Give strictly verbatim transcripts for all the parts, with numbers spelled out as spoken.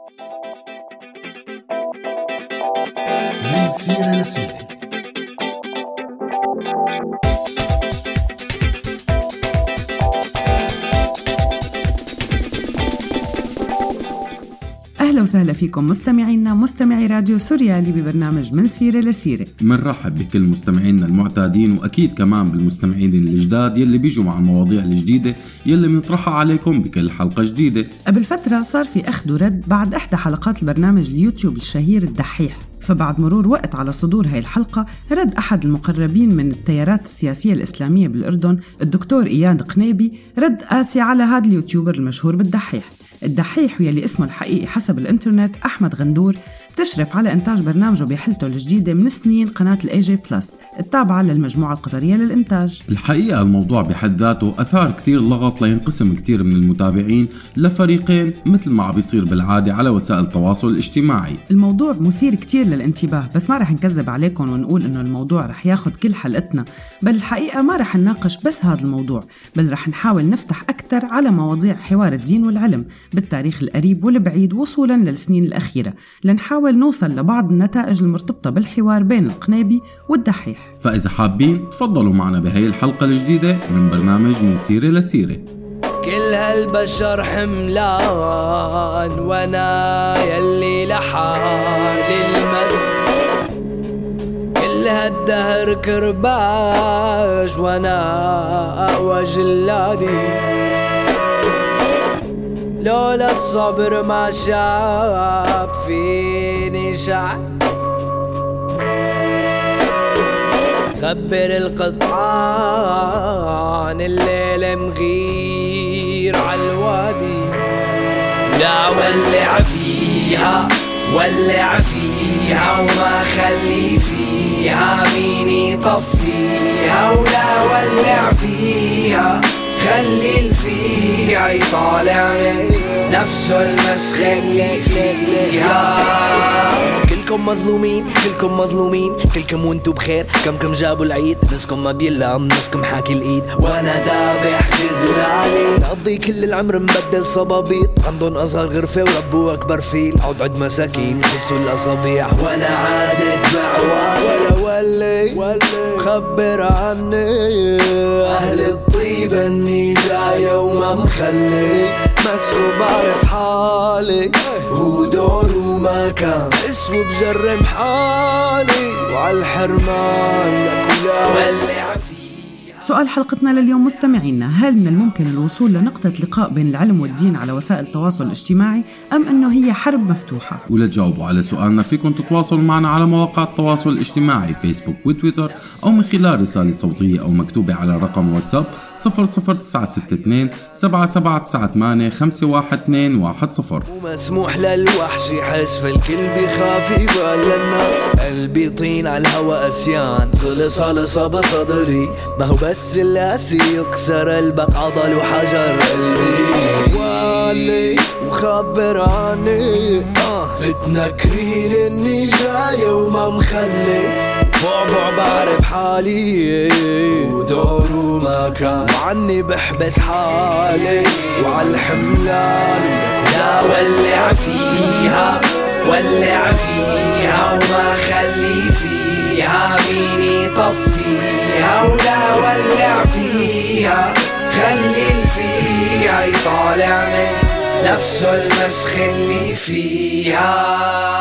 من سيرة لسيرة. أهلا وسهلا فيكم مستمعينا مستمعي راديو سوريالي ببرنامج من سيرة لسيرة. منرحب بكل مستمعينا المعتادين وأكيد كمان بالمستمعين الجداد يلي بيجوا مع المواضيع الجديدة يلي بنطرحها عليكم بكل حلقة جديدة. قبل فترة صار في أخذ ورد بعد إحدى حلقات البرنامج اليوتيوب الشهير الدحيح، فبعد مرور وقت على صدور هاي الحلقة رد أحد المقربين من التيارات السياسية الإسلامية بالأردن الدكتور إياد قنيبي رد قاسي على هذا اليوتيوبر المشهور بالدحيح. الدحيح واللي اسمه الحقيقي حسب الانترنت أحمد غندور بتشرف على إنتاج برنامجه بحلته الجديدة من سنين قناة الأي جي بلس التابعة للمجموعة القطرية للإنتاج. الحقيقة الموضوع بحد ذاته أثار كتير لغط لينقسم كتير من المتابعين لفريقين مثل ما بيصير بالعادة على وسائل التواصل الاجتماعي. الموضوع مثير كتير للانتباه، بس ما رح نكذب عليكم ونقول إنه الموضوع رح ياخد كل حلقتنا، بل الحقيقة ما رح نناقش بس هذا الموضوع، بل رح نحاول نفتح أكتر على مواضيع حوار الدين والعلم بالتاريخ القريب والبعيد وصولاً للسنين الأخيرة، لنحاول نوصل لبعض النتائج المرتبطة بالحوار بين القنيبي والدحيح. فإذا حابين تفضلوا معنا بهاي الحلقة الجديدة من برنامج من سيرة لسيرة. كل هالبشر حملان وانا يلي لحالي المسخ، كل هالدهر كرباش وانا اقوى جلادي، لولا الصبر ما شاب فيني شعب، خبر القطعان الليل مغير عالوادي، لا ولع فيها ولع فيها وما خلي فيها مين يطفيها، ولا ولع فيها خلي الفيها يطالع من نفسه المسخ اللي فيها. كلكم مظلومين كلكم مظلومين كلكم وانتو بخير، كم كم جابوا العيد، نسكم ما بيلام نسكم حاكي الايد، وانا دابح خزلاني نقضي كل العمر مبدل صبابيط، عندن اصغر غرفة وربوا اكبر فيل، عود عد مساكين خلصوا الاصابيع وانا عادت بعوالي، ولا ولي خبر عني اهل الطيب اني جاي وما مخلي مسخو بعرف حالي، هو دور وما كان اسمه بجرم حالي، وعالحرمان لكلا ولع فيها. سؤال حلقتنا لليوم مستمعينا، هل من الممكن الوصول لنقطة لقاء بين العلم والدين على وسائل التواصل الاجتماعي أم أنه هي حرب مفتوحة؟ ولتجاوبوا على سؤالنا فيكم تتواصلوا معنا على مواقع التواصل الاجتماعي فيسبوك وتويتر، أو من خلال رسالة صوتية أو مكتوبة على رقم واتساب صفر صفر تسعة ستة اثنين سبعة سبعة تسعة ثمانية خمسة واحد اثنين واحد صفر. ومسموح للوحش يحس، فالكل بيخاف يبان للناس، قلبي طين على الهوى أسيان، صلصة صلصة بصدري، ما هو بس اللاسي يكسر البق عضل وحجر قلبي، والي وخبر عني آه بتنكرين اني جاي وما مخلي، بعبع بعرف حالي ودور وما كان، وعني بحبس حالي وعالحملان، لا ولع فيها ولع فيها وما خلي فيها مين يطفيها، ولا ولع فيها خلي الفيها يطالع من نفسه المسخ اللي فيها.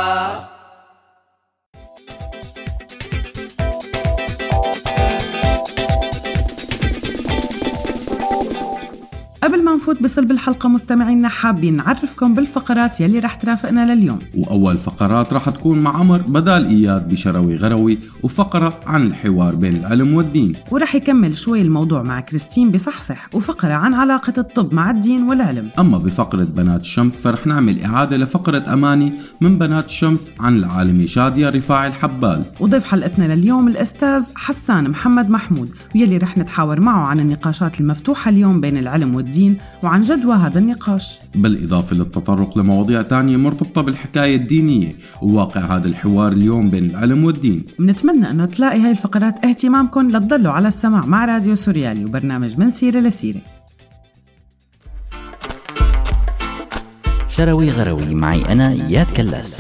قبل ما نفوت بصلب الحلقة مستمعينا حابين نعرفكم بالفقرات يلي رح ترافقنا لليوم. وأول فقرات رح تكون مع عمر بدال إياد بشروي غروي، وفقرة عن الحوار بين العلم والدين، ورح يكمل شوي الموضوع مع كريستين بصحصح، وفقرة عن علاقة الطب مع الدين والعلم. أما بفقرة بنات الشمس فرح نعمل إعادة لفقرة أماني من بنات الشمس عن العالمة شادية رفاعي الحبال. وضيف حلقتنا لليوم الأستاذ حسان محمد محمود، ويلي رح نتحاور معه عن النقاشات المفتوحة اليوم بين العلم والدين وعن جدوى هذا النقاش، بالإضافة للتطرق لمواضيع تانية مرتبطة بالحكاية الدينية وواقع هذا الحوار اليوم بين العلم والدين. بنتمنى أنه تلاقي هاي الفقرات اهتمامكم لتضلوا على السماع مع راديو سوريالي وبرنامج من سيرة لسيرة. شروي غروي معي أنا إياد كلاس.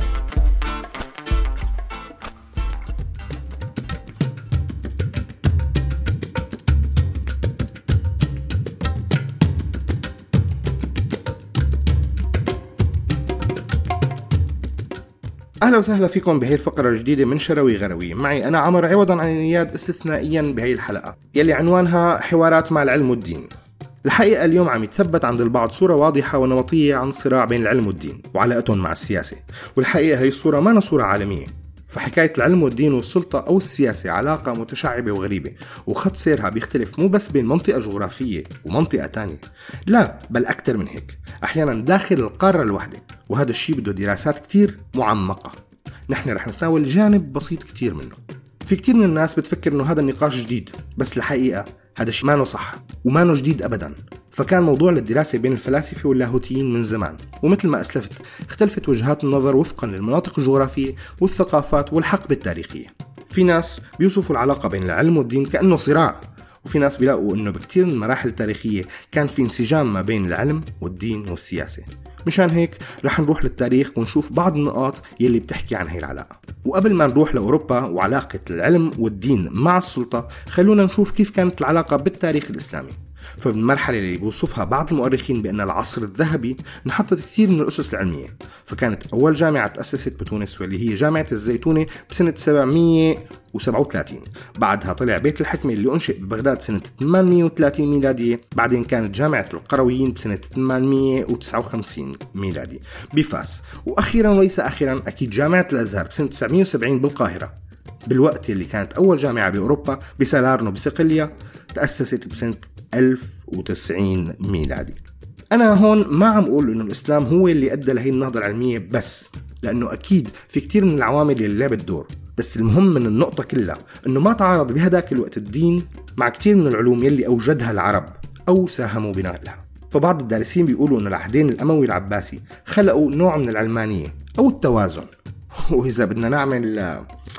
أهلا وسهلا فيكم بهي الفقرة الجديدة من شروي غروي. معي أنا عمر عوضا عن إياد استثنائيا بهي الحلقة يلي عنوانها حوارات مع العلم والدين. الحقيقة اليوم عم يتثبت عند البعض صورة واضحة ونمطية عن الصراع بين العلم والدين وعلاقتهم مع السياسة، والحقيقة هي الصورة ما صورة عالمية. فحكاية العلم والدين والسلطة أو السياسة علاقة متشعبة وغريبة، وخط سيرها بيختلف مو بس بين منطقة جغرافية ومنطقة تانية، لا بل أكتر من هيك، أحيانا داخل القارة الواحدة، وهذا الشيء بده دراسات كتير معمقة. نحن رح نتناول جانب بسيط كتير منه. في كتير من الناس بتفكر إنه هذا النقاش جديد، بس الحقيقة هذا الشيء ما صح وما جديد أبدا. فكان موضوع للدراسة بين الفلاسفة واللاهوتيين من زمان، ومثل ما أسلفت اختلفت وجهات النظر وفقا للمناطق الجغرافية والثقافات والحقبة التاريخية. في ناس بيوصفوا العلاقة بين العلم والدين كأنه صراع، وفي ناس بيلاقوا إنه بكتير من المراحل التاريخية كان في انسجام ما بين العلم والدين والسياسة. مشان هيك رح نروح للتاريخ ونشوف بعض النقاط يلي بتحكي عن هاي العلاقة. وقبل ما نروح لأوروبا وعلاقة العلم والدين مع السلطة، خلونا نشوف كيف كانت العلاقة بالتاريخ الإسلامي. فبالمرحلة اللي بيوصفها بعض المؤرخين بأن العصر الذهبي انحطت كثير من الأسس العلمية. فكانت أول جامعة تأسست بتونس واللي هي جامعة الزيتونة بسنة سبعمية وسبعة وثلاثين. بعدها طلع بيت الحكمة اللي أنشئ ببغداد سنة ثمانمية وثلاثين ميلادية. بعدين كانت جامعة القرويين بسنة ثمانمية وتسعة وخمسين ميلادي بفاس. وأخيرا وليس أخيرا أكيد جامعة الأزهر بسنة تسعمية وسبعين بالقاهرة، بالوقت اللي كانت أول جامعة بأوروبا بسالارنو بصقلية تأسست بسنة ألف وتسعين ميلادي. أنا هون ما عم أقول إنه الإسلام هو اللي أدى لهي النهضة العلمية بس، لأنه أكيد في كتير من العوامل اللي لعبت دور، بس المهم من النقطة كلها إنه ما تعارض بهداك الوقت الدين مع كتير من العلوم يلي أوجدها العرب أو ساهموا بنقلها. فبعض الدارسين بيقولوا إنه العهدين الأموي العباسي خلقوا نوع من العلمانية أو التوازن. وإذا بدنا نعمل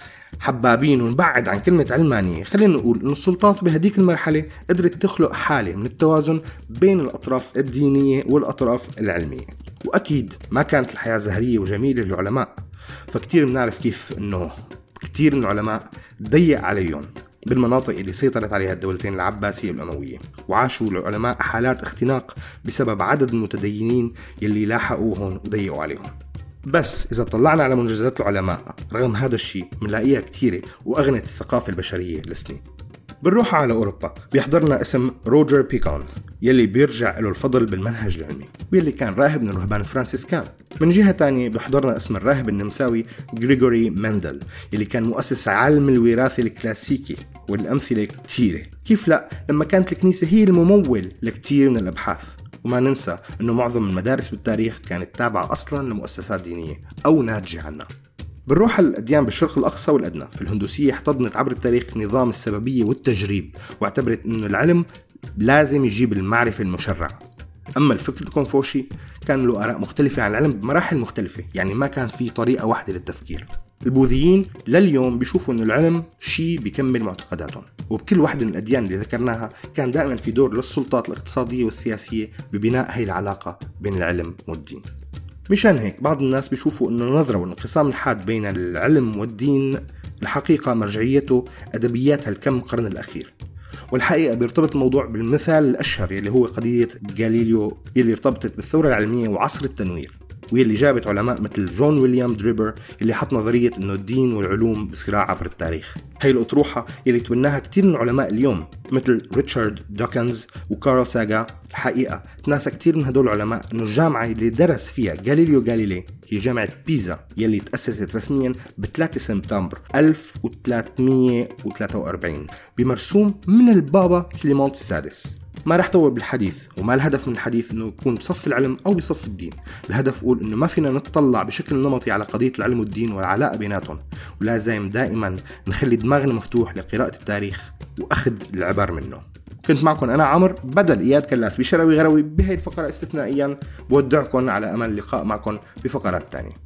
حبابين ونبعد عن كلمة علمانية، خلينا نقول إن السلطات بهديك المرحلة قدرت تخلق حالة من التوازن بين الأطراف الدينية والأطراف العلمية. وأكيد ما كانت الحياة زهرية وجميلة للعلماء، فكتير بنعرف كيف إنه كتير من العلماء ضيق عليهم بالمناطق اللي سيطرت عليها الدولتين العباسية والأموية، وعاشوا العلماء حالات اختناق بسبب عدد المتدينين يلي لاحقوهم وضيقوا عليهم. بس إذا طلعنا على منجزات العلماء رغم هذا الشيء منلاقيها كتيرة وأغنت الثقافة البشرية لسنين. بنروح على أوروبا، بيحضرنا اسم روجر بيكون يلي بيرجع له الفضل بالمنهج العلمي، ويلي كان راهب من الرهبان الفرنسيسكان. من جهة تانية بيحضرنا اسم الراهب النمساوي غريغوري مندل يلي كان مؤسس علم الوراثة الكلاسيكي، والأمثلة كتيرة. كيف لا لما كانت الكنيسة هي الممول لكتير من الأبحاث. وما ننسى أنه معظم المدارس بالتاريخ كانت تابعة أصلا لمؤسسات دينية أو ناتجة عنها. بنروح الأديان بالشرق الأقصى والأدنى. في الهندوسية احتضنت عبر التاريخ نظام السببية والتجريب، واعتبرت أنه العلم لازم يجيب المعرفة المشرعة. أما الفكر الكونفوشي كان له آراء مختلفة عن العلم بمراحل مختلفة، يعني ما كان في طريقة واحدة للتفكير. البوذيين لليوم بيشوفوا أنه العلم شيء بيكمل معتقداتهم. وبكل واحدة من الأديان اللي ذكرناها كان دائما في دور للسلطات الاقتصادية والسياسية ببناء هاي العلاقة بين العلم والدين. مشان هيك بعض الناس بيشوفوا أنه النظرة والانقسام الحاد بين العلم والدين الحقيقة مرجعيته أدبيات هالكم قرن الأخير. والحقيقة بيرتبط الموضوع بالمثال الأشهر يلي هو قضية غاليليو يلي ارتبطت بالثورة العلمية وعصر التنوير، واللي جابت علماء مثل جون ويليام دريبر اللي حط نظرية انه الدين والعلوم بصراع عبر التاريخ. هاي الأطروحة اللي تبناها كتير من علماء اليوم مثل ريتشارد دوكنز وكارل ساغا. الحقيقة تناسى كتير من هدول العلماء انه الجامعة اللي درس فيها غاليليو غاليلي هي جامعة بيزا يلي تأسست رسميا ب ثلاثة سبتمبر ألف وثلاثمية وثلاثة وأربعين بمرسوم من البابا كليمنت السادس. ما رح طول بالحديث، وما الهدف من الحديث انه يكون بصف العلم او بصف الدين. الهدف اقول انه ما فينا نتطلع بشكل نمطي على قضية العلم والدين والعلاقة بيناتهم، ولازم دائما نخلي دماغنا مفتوح لقراءة التاريخ واخذ العبر منه. كنت معكم انا عمر بدل اياد كلاس بشروي غروي بهي الفقرة استثنائيا. بودعكم على امل اللقاء معكم بفقرات تانية.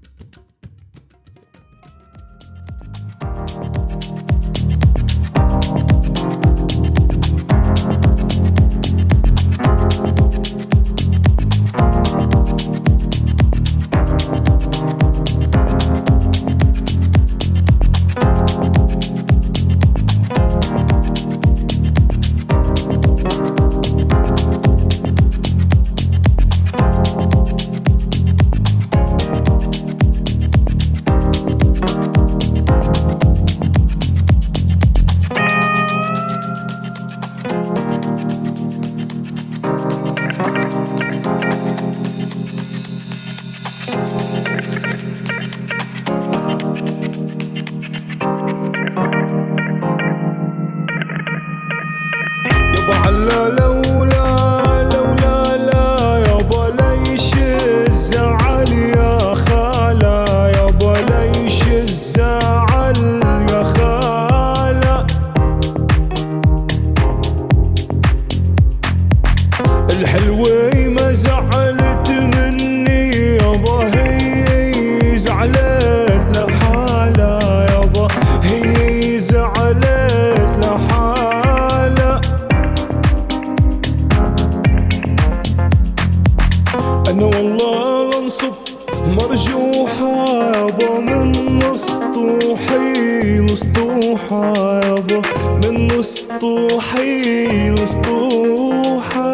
أنا والله أنصب مرجوحة يابا من سطوحي لسطوحة يابا من سطوحي لسطوحة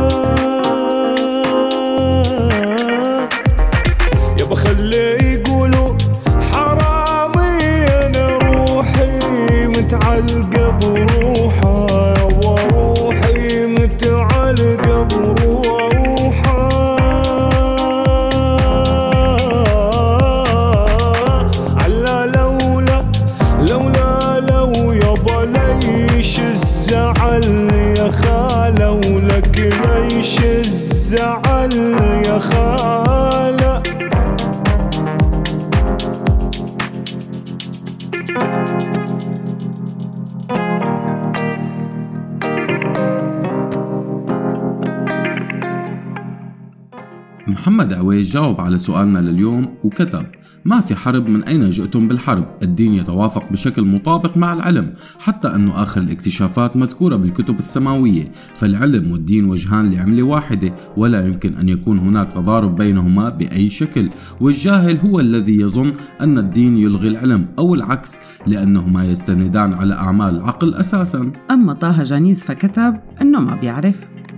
يابا خلي يقولوا حرامي أنا روحي متعلقة بروحة يابا روحي متعلقة بروحة على لولا لولا لو يابا ليش الزعل يا خالة ولك ليش الزعل يا خالة محمد عويش جاوب على سؤالنا لليوم وكتب: ما في حرب، من أين جئتم بالحرب؟ الدين يتوافق بشكل مطابق مع العلم، حتى أن آخر الاكتشافات مذكورة بالكتب السماوية، فالعلم والدين وجهان لعملة واحدة، ولا يمكن أن يكون هناك تضارب بينهما بأي شكل، والجاهل هو الذي يظن أن الدين يلغي العلم أو العكس، لأنهما يستندان على أعمال العقل أساسا. أما طه جانيز فكتب أنه ما بيعرف.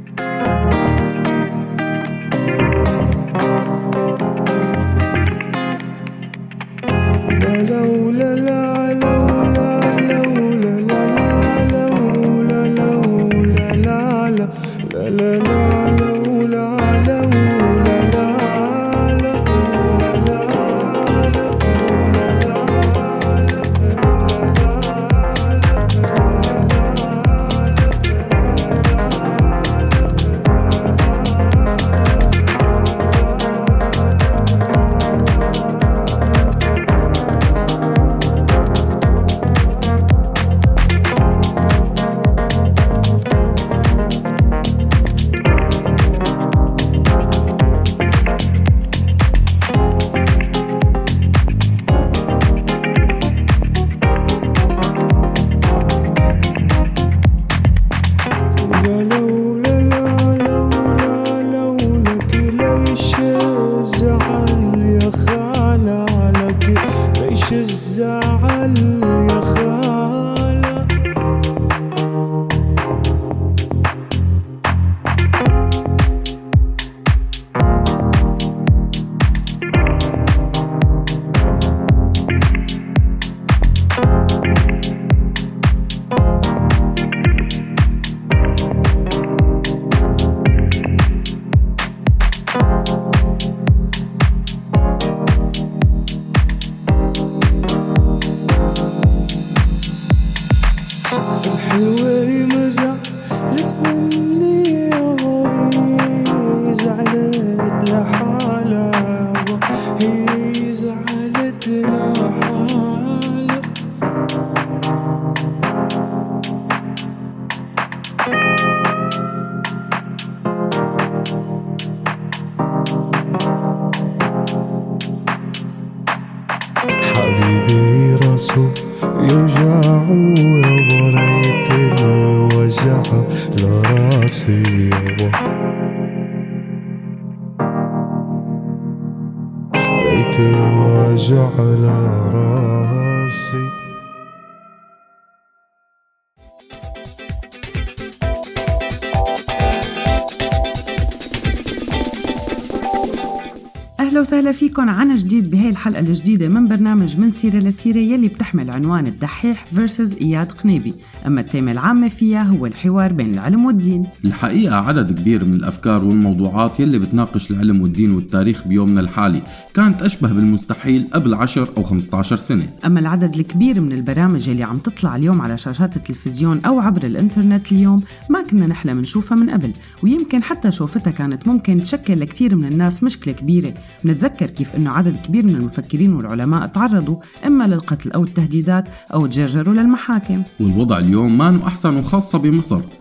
حبيبي راسه يوجعه يا بريت الوجع لراسي يابا ريت الوجع لراسي. أهلا وسهلا فيكم عن جديد بهاي الحلقة الجديدة من برنامج من سيرة لسيرة يلي بتحمل عنوان الدحيح versus إياد قنيبي. أما التيمة العامة فيها هو الحوار بين العلم والدين. الحقيقة عدد كبير من الأفكار والموضوعات يلي بتناقش العلم والدين والتاريخ بيومنا الحالي كانت أشبه بالمستحيل قبل عشر أو خمسة عشر سنة. أما العدد الكبير من البرامج يلي عم تطلع اليوم على شاشات التلفزيون أو عبر الإنترنت اليوم ما كنا نحلم نشوفها من قبل، ويمكن حتى شوفتها كانت ممكن تشكل لكتير من الناس مشكلة كبيرة. منتذكر كيف أنه عدد كبير من المفكرين والعلماء تعرضوا إما للقتل أو التهديدات أو تجرجروا للمحاكم. والوضع اليوم ما أحسن، وخاصة بمصر،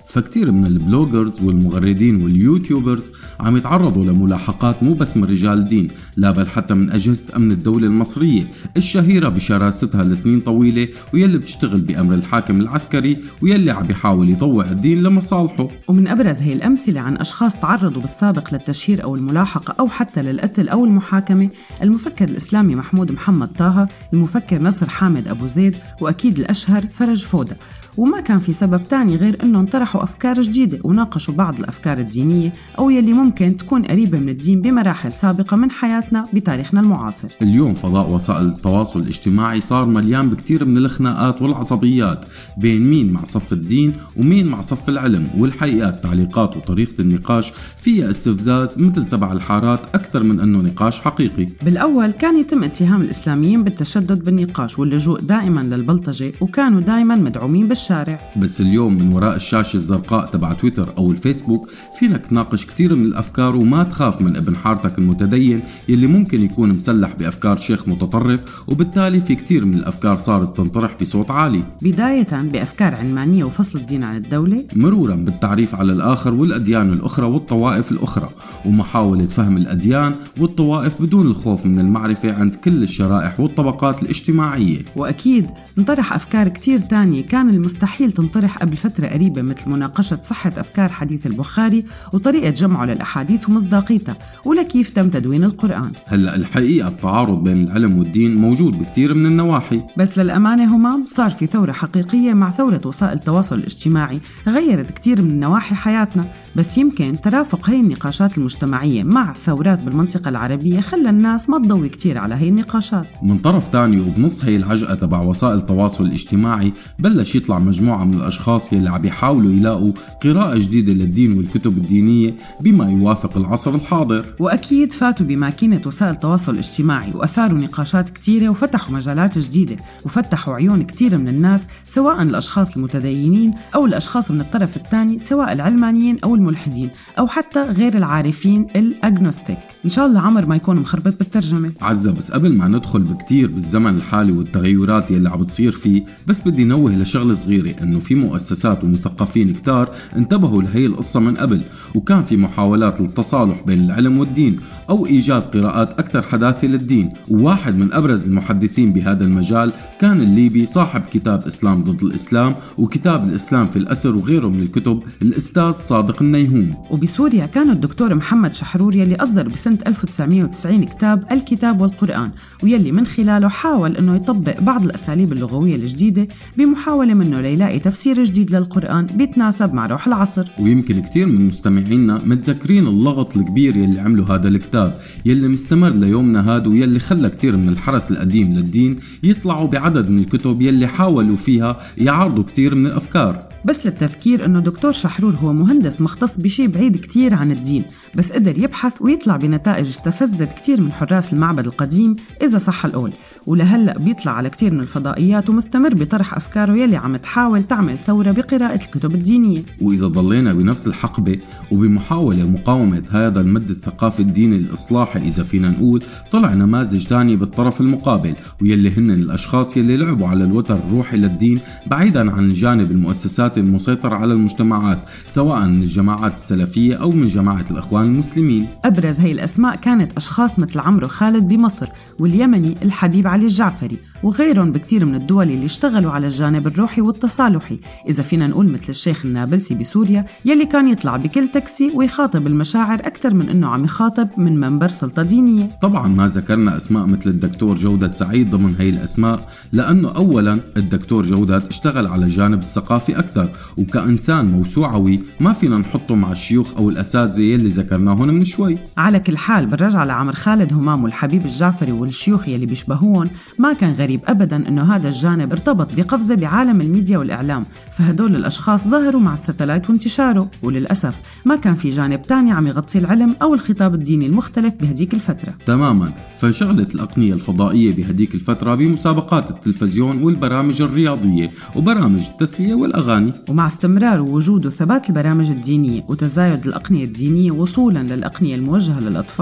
فكتير من البلوجرز والمغردين واليوتيوبرز عم يتعرضوا لملاحقات مو بس من رجال دين، لا بل حتى من أجهزة أمن الدولة المصرية الشهيرة بشراستها لسنين طويلة، ويلي بتشتغل بأمر الحاكم العسكري ويلي عم يحاول يطوع الدين لمصالحه. ومن أبرز هي الأمثلة عن أشخاص تعرضوا بالسابق للتشهير أو الملاحقة أو حتى للقتل أو المحاكمة المفكر الإسلامي محمود محمد طه، المفكر نصر حامد أبو زيد، وأكيد الأشهر فرج فودة. وما كان في سبب تاني غير أنه انطرحوا أفكار جديدة وناقشوا بعض الأفكار الدينية أو يلي ممكن تكون قريبة من الدين بمراحل سابقة من حياتنا بتاريخنا المعاصر. اليوم فضاء وسائل التواصل الاجتماعي صار مليان بكتير من الخناقات والعصبيات بين مين مع صف الدين ومين مع صف العلم، والحقيقة التعليقات وطريقة النقاش فيها استفزاز مثل تبع الحارات أكثر من أنه نقاش حقيقي. بالأول كان يتم اتهام الإسلاميين بالتشدد بالنقاش واللجوء دائما للبلطجة، وكانوا دائما مدعومين بالشارع. بس اليوم من وراء الشاشة الزرقاء تبع تويتر أو الفيسبوك فينك تناقش كتير من الأفكار وما تخاف من ابن حارتك المتدين يلي ممكن يكون مسلح بأفكار شيخ متطرف، وبالتالي في كتير من الأفكار صارت تنطرح بصوت عالي، بداية بأفكار علمانية وفصل الدين عن الدولة، مرورا بالتعريف على الآخر والأديان الأخرى والطوائف الأخرى، ومحاولة فهم الأديان والطوائف بدون الخوف من المعرفة عند كل الشرائح والطبقات الاجتماعية. وأكيد انطرح أفكار كتير تانية كان المستحيل تنطرح قبل فترة قريبة، مثل مناقشة صحة أفكار حديث البخاري وطريقة جمعه للأحاديث ومصداقيتها، ولكيف تم تدوين القرآن. هلأ الحقيقة التعارض بين العلم والدين موجود بكتير من النواحي، بس للأمانة همام صار في ثورة حقيقية مع ثورة وسائل التواصل الاجتماعي غيرت كتير من نواحي حياتنا، بس يمكن ترافق هاي النقاشات المجتمعية مع ثورات بالمنطقة العربية خلى الناس ما تضوي كتير على هاي النقاشات. من طرف تاني وبنص هاي العجقة تبع وسائل التواصل الاجتماعي بلش يطلع مجموعة من الأشخاص يلي عم يحاولوا يلاقوا قراءة جديدة للدين والكتب الدينية بما يوافق العصر الحاضر، وأكيد فاتوا بماكينة وسائل التواصل الاجتماعي وأثاروا نقاشات كتيرة وفتحوا مجالات جديدة وفتحوا عيون كتير من الناس، سواء الأشخاص المتدينين أو الأشخاص من الطرف الثاني، سواء العلمانيين أو الملحدين أو حتى غير العارفين الأجنوستيك. إن شاء الله عمر ما يكون مخربط بالترجمة. عزة، بس قبل ما ندخل بكتير بالزمن الحالي والتغيرات يلي عم بتصير فيه، بس بدي نوه لشغلة صغيرة، إنه في مؤسسات ومثقفين كتار انتبهوا لهي القصة من قبل، وكان في محاولات للتصالح بين العلم والدين أو إيجاد قراءات أكثر حداثة للدين، وواحد من أبرز المحدثين بهذا المجال كان الليبي صاحب كتاب إسلام ضد الإسلام وكتاب الإسلام في الأسر وغيره من الكتب، الأستاذ صادق النيهوم. وبسوريا كان الدكتور محمد شحرور يلي أصدر بسنة ألف وتسعمية وتسعين كتاب الكتاب والقرآن، ويلي من خلاله حاول أنه يطبق بعض الأساليب اللغوية الجديدة بمحاولة منه ليلاقي تفسير جديد للقرآن بيتناسب مع روح العصر. ويمكن كتير من مستمعينا متذكرين اللغط الكبير يلي عملوا هذا الكتاب يلي مستمر ليومنا هذا، ويلي خلى كتير من الحرس القديم للدين يطلعوا بعدد من الكتب يلي حاولوا فيها يعارضوا كتير من الأفكار. بس للتذكير أنه دكتور شحرور هو مهندس مختص بشيء بعيد كتير عن الدين، بس قدر يبحث ويطلع بنتائج استفزت كتير من حراس المعبد القديم إذا صح القول، ولهلأ بيطلع على كتير من الفضائيات ومستمر بطرح أفكاره يلي عم تحاول تعمل ثورة بقراءة الكتب الدينية. وإذا ضلينا بنفس الحقبة وبمحاولة مقاومة هذا المد الثقافي الديني الإصلاحي، إذا فينا نقول طلع نماذج تاني بالطرف المقابل، ويلي هن الأشخاص يلي لعبوا على الوتر الروحي للدين بعيدا عن الجانب المؤسسات المسيطرة على المجتمعات، سواء من الجماعات السلفية أو من جماعة الأخوان المسلمين. أبرز هاي الأسماء كانت أشخاص مثل عمرو خالد بمصر، واليمني الحبيب علي الجعفري، وغيرهم بكتير من الدول اللي اشتغلوا على الجانب الروحي والتصالحي، إذا فينا نقول مثل الشيخ النابلسي بسوريا يلي كان يطلع بكل تاكسي ويخاطب المشاعر أكثر من أنه عم يخاطب من منبر سلطة دينية. طبعا ما ذكرنا أسماء مثل الدكتور جودة سعيد ضمن هاي الأسماء، لأنه أولا الدكتور جودة اشتغل على الجانب الثقافي أكثر، وكإنسان موسوعوي ما فينا نحطه مع الشيوخ أو الأساتذة يلي ذكرناهن من شوي. على كل حال بالرجعة لعمر خالد همام والحبيب الجعفري والشيوخ يلي بيشبهون، ما كان غريب أبداً أنه هذا الجانب ارتبط بقفزة بعالم الميديا والإعلام، فهدول الأشخاص ظهروا مع الستلايت وانتشاره، وللأسف ما كان في جانب تاني عم يغطي العلم أو الخطاب الديني المختلف بهديك الفترة. تماماً، فانشغلت الأقنية الفضائية بهديك الفترة بمسابقات التلفزيون والبرامج الرياضية وبرامج التسلية والأغاني، ومع استمرار ووجود وثبات البرامج الدينية وتزايد الأقنية الدينية وصولاً للأقنية الموجهة للأطفال،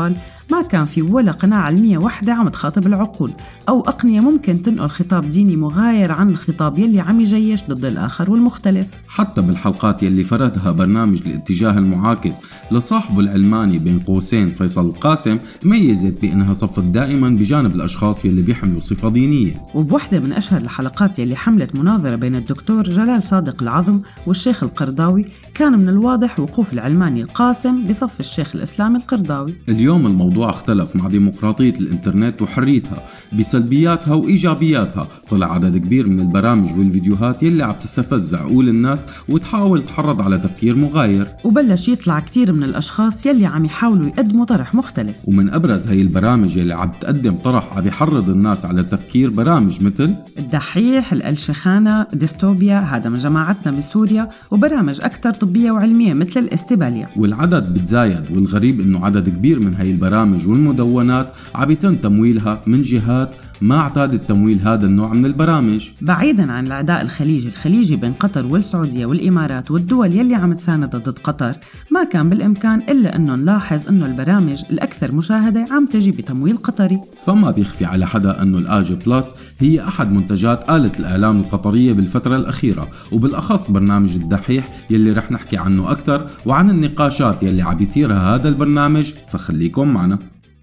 ما كان في ولا قناة علمية واحدة عم تخاطب العقول أو أقنية ممكن تنقل خطاب ديني مغاير عن الخطاب يلي عم يجيش ضد الآخر والمختلف. حتى بالحلقات يلي فردها برنامج الاتجاه المعاكس لصاحبه العلماني بين قوسين فيصل القاسم، تميزت بأنها صفت دائما بجانب الأشخاص يلي بيحملوا صفة دينية. وبوحدة من أشهر الحلقات يلي حملت مناظرة بين الدكتور جلال صادق العظم والشيخ القرضاوي، كان من الواضح وقوف العلماني القاسم بصف الشيخ الإسلامي القرضاوي. اليوم الموضوع اختلف مع ديمقراطية الإنترنت وحريتها بسلبياتها وإيجابياتها. طلع عدد كبير من البرامج والفيديوهات يلي عم تستفز عقول الناس وتحاول تحرض على تفكير مغاير، وبلش يطلع كتير من الأشخاص يلي عم يحاولوا يقدموا طرح مختلف. ومن أبرز هاي البرامج يلي عم تقدم طرح عم يحرض الناس على التفكير برامج مثل الدحيح، الألشخانة، ديستوبيا، هذا من جماعتنا بسوريا، وبرامج أكثر طبية وعلمية مثل الاستبالية. والعدد بتزايد، والغريب إنه عدد كبير من هاي البرامج والمدونات عم يتم تمويلها من جهات ما اعتادت تمويل هذا النوع من البرامج. بعيداً عن العداء الخليجي الخليجي بين قطر والسعودية والإمارات والدول يلي عم تساند ضد قطر، ما كان بالإمكان إلا أنه نلاحظ أنه البرامج الأكثر مشاهدة عم تجي بتمويل قطري. فما بيخفي على حدا أنه الآجي بلس هي أحد منتجات آلة الإعلام القطرية بالفترة الأخيرة، وبالأخص برنامج الدحيح يلي رح نحكي عنه أكثر وعن النقاشات يلي عم يثيرها هذا البرنامج، فخليكم معنا.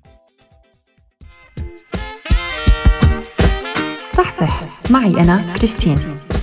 صح صح معي أنا كريستين.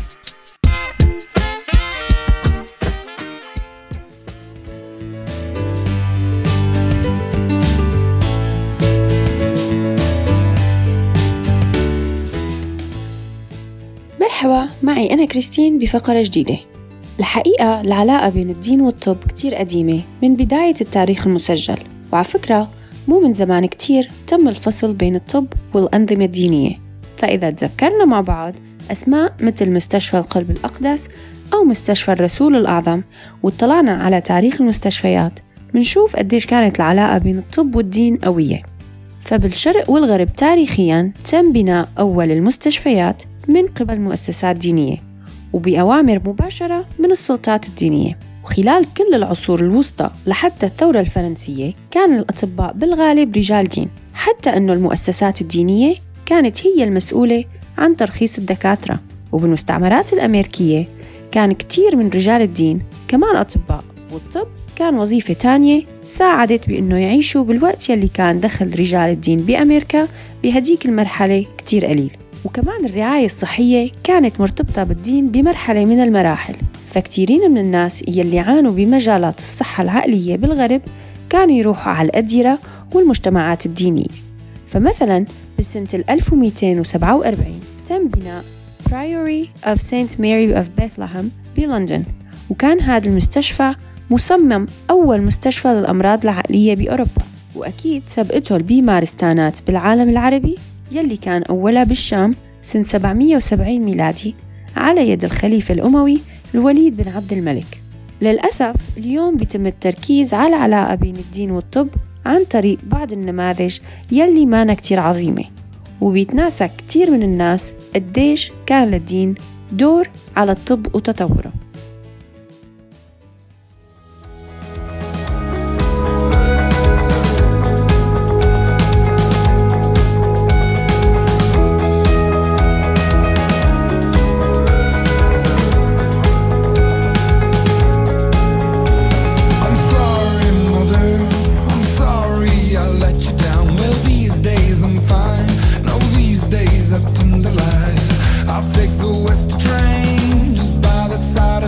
مرحبا، معي أنا كريستين بفقرة جديدة. الحقيقة العلاقة بين الدين والطب كتير قديمة من بداية التاريخ المسجل، وعلى فكرة مو من زمان كتير تم الفصل بين الطب والأنظمة الدينية. فإذا تذكرنا مع بعض أسماء مثل مستشفى القلب الأقدس أو مستشفى الرسول الأعظم، واطلعنا على تاريخ المستشفيات، منشوف قديش كانت العلاقة بين الطب والدين قوية. فبالشرق والغرب تاريخياً تم بناء أول المستشفيات من قبل مؤسسات دينية وبأوامر مباشرة من السلطات الدينية. وخلال كل العصور الوسطى لحتى الثورة الفرنسية كان الأطباء بالغالب رجال دين، حتى أنه المؤسسات الدينية كانت هي المسؤولة عن ترخيص الدكاترة. وبالمستعمرات الأمريكية كان كتير من رجال الدين كمان أطباء، والطب كان وظيفة تانية ساعدت بأنه يعيشوا بالوقت يلي كان دخل رجال الدين بأمريكا بهديك المرحلة كتير قليل. وكمان الرعاية الصحية كانت مرتبطة بالدين بمرحلة من المراحل، فكتيرين من الناس يلي عانوا بمجالات الصحة العقلية بالغرب كانوا يروحوا على الأديرة والمجتمعات الدينية. فمثلاً بسنة ألف ومئتين وسبعة وأربعين تم بناء Priory of Saint Mary of Bethlehem بلندن، وكان هذا المستشفى مصمم أول مستشفى للأمراض العقلية بأوروبا، وأكيد سبقته البيمارستانات بالعالم العربي يلي كان أولها بالشام سنة سبعمئة وسبعين ميلادي على يد الخليفة الأموي الوليد بن عبد الملك. للأسف اليوم بيتم التركيز على العلاقة بين الدين والطب عن طريق بعض النماذج يلي مانا كتير عظيمة، وبيتناسى كتير من الناس قديش كان للدين دور على الطب وتطوره. I'll take the west train just by the side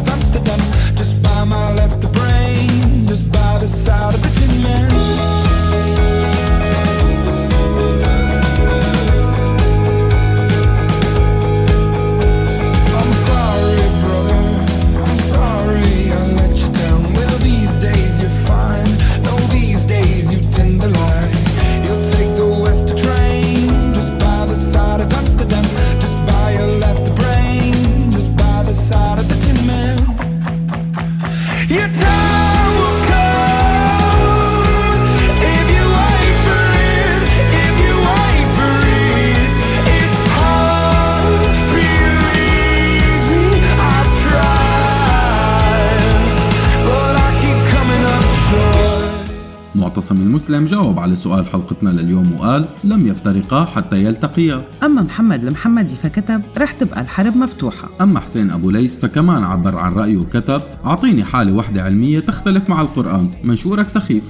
باسم المسلم جاوب على سؤال حلقتنا لليوم وقال لم يفترقا حتى يلتقيا. أما محمد المحمدي فكتب رح تبقى الحرب مفتوحة. أما حسين أبو ليس فكمان عبر عن رأيه وكتب أعطيني حالة وحدة علمية تختلف مع القرآن، منشورك سخيف.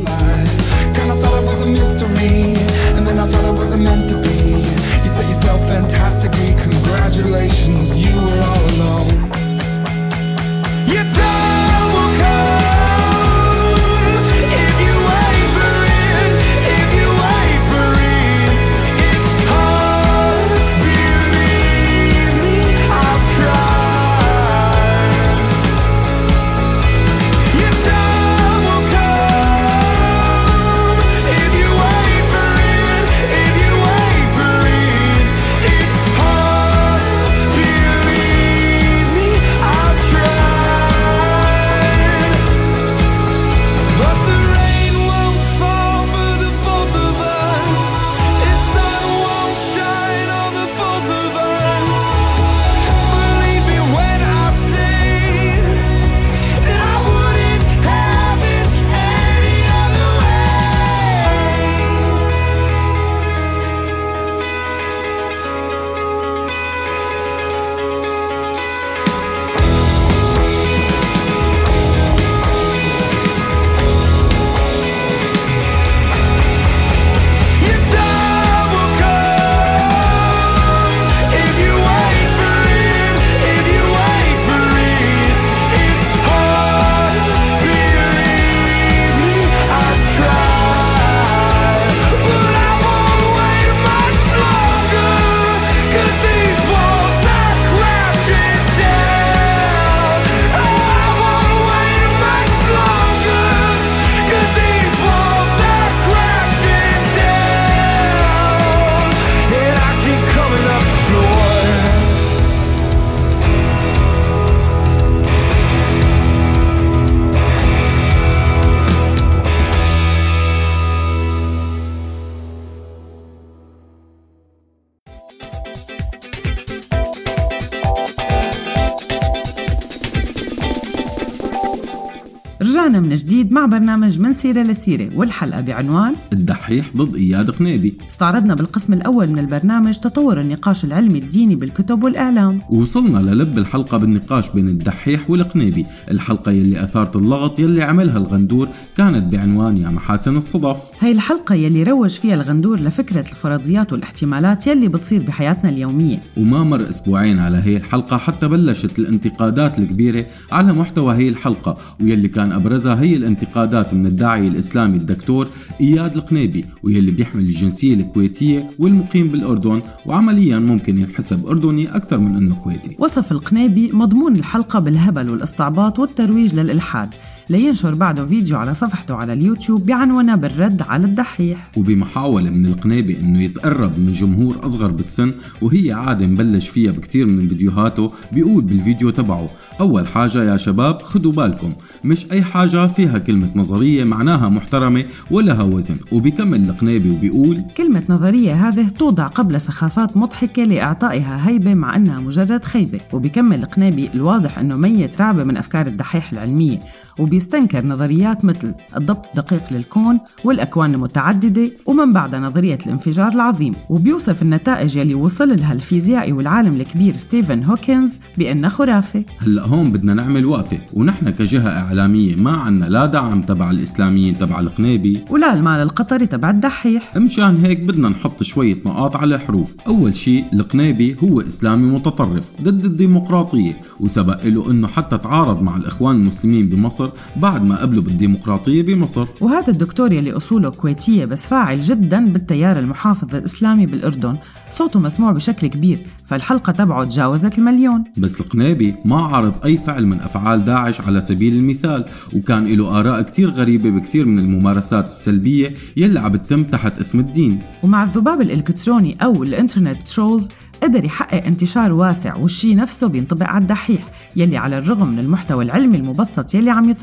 رجعنا من جديد مع برنامج من سيرة لسيرة، والحلقة بعنوان الدحيح ضد إياد قنيبي. استعرضنا بالقسم الأول من البرنامج تطور النقاش العلمي الديني بالكتب والإعلام، ووصلنا للب الحلقة بالنقاش بين الدحيح والقنيبي. الحلقة يلي أثارت اللغط يلي عملها الغندور كانت بعنوان يا محاسن الصدف. هاي الحلقة يلي روج فيها الغندور لفكرة الفرضيات والاحتمالات يلي بتصير بحياتنا اليومية. وما مر أسبوعين على هي الحلقة حتى بلشت الانتقادات الكبيرة على محتوى هي الحلقة، ويلي كان أبرزها هي الانتقادات من الداعية الإسلامي الدكتور إياد القنيبي، ويلي بيحمل الجنسية الكويتية والمقيم بالأردن، وعمليا ممكن ينحسب أردني أكثر من أنه كويتي. وصف القنيبي مضمون الحلقة بالهبل والاستعباط والترويج للإلحاد، لينشر بعده فيديو على صفحته على اليوتيوب بعنوانه بالرد على الدحيح. وبمحاولة من القنيبي انه يتقرب من جمهور اصغر بالسن، وهي عادة مبلش فيها بكتير من فيديوهاته، بيقول بالفيديو تبعه اول حاجة يا شباب خدوا بالكم، مش اي حاجة فيها كلمة نظرية معناها محترمة ولها وزن. وبيكمل القنيبي وبيقول كلمة نظرية هذه توضع قبل سخافات مضحكة لإعطائها هيبة مع أنها مجرد خيبة. وبيكمل القنيبي الواضح أنه ميت رعبة من أفكار الدحيح العلمية، وبيستنكر نظريات مثل الضبط الدقيق للكون والأكوان المتعددة ومن بعدها نظرية الانفجار العظيم، وبيوصف النتائج يلي وصل لها الفيزيائي والعالم الكبير ستيفن هوكينز بأنها خرافة. هلأ هون بدنا نعمل وقفة، ونحن كجهة إعلامية ما عنا لا دعم تبع الإسلاميين تبع القنيبي ولا المال القطري تبع الدحيح. مشان هيك بدنا نحط شوية نقاط على حروف. أول شيء القنيبي هو إسلامي متطرف ضد الديمقراطية، وسبق له أنه حتى تعارض مع الإخوان المسلمين بمصر بعد ما قبلوا بالديمقراطية بمصر. وهذا الدكتور يلي أصوله كويتية بس فاعل جدا بالتيار المحافظ الإسلامي بالأردن، صوته مسموع بشكل كبير، فالحلقة تبعه تجاوزت المليون. بس القنيبي ما عرض أي فعل من أفعال داعش على سبيل المثال، وكان له آراء كتير غريبة بكتير من الممارسات السلبية يلي عم بتتم تحت اسم الدين. ومع الذباب الإلكتروني أو الإنترنت ترولز قدر يحقق انتشار واسع، والشي نفسه بينطبق على الدحيح يلي على الرغم من المحتوى العلمي المبسط يلي عم يطرحه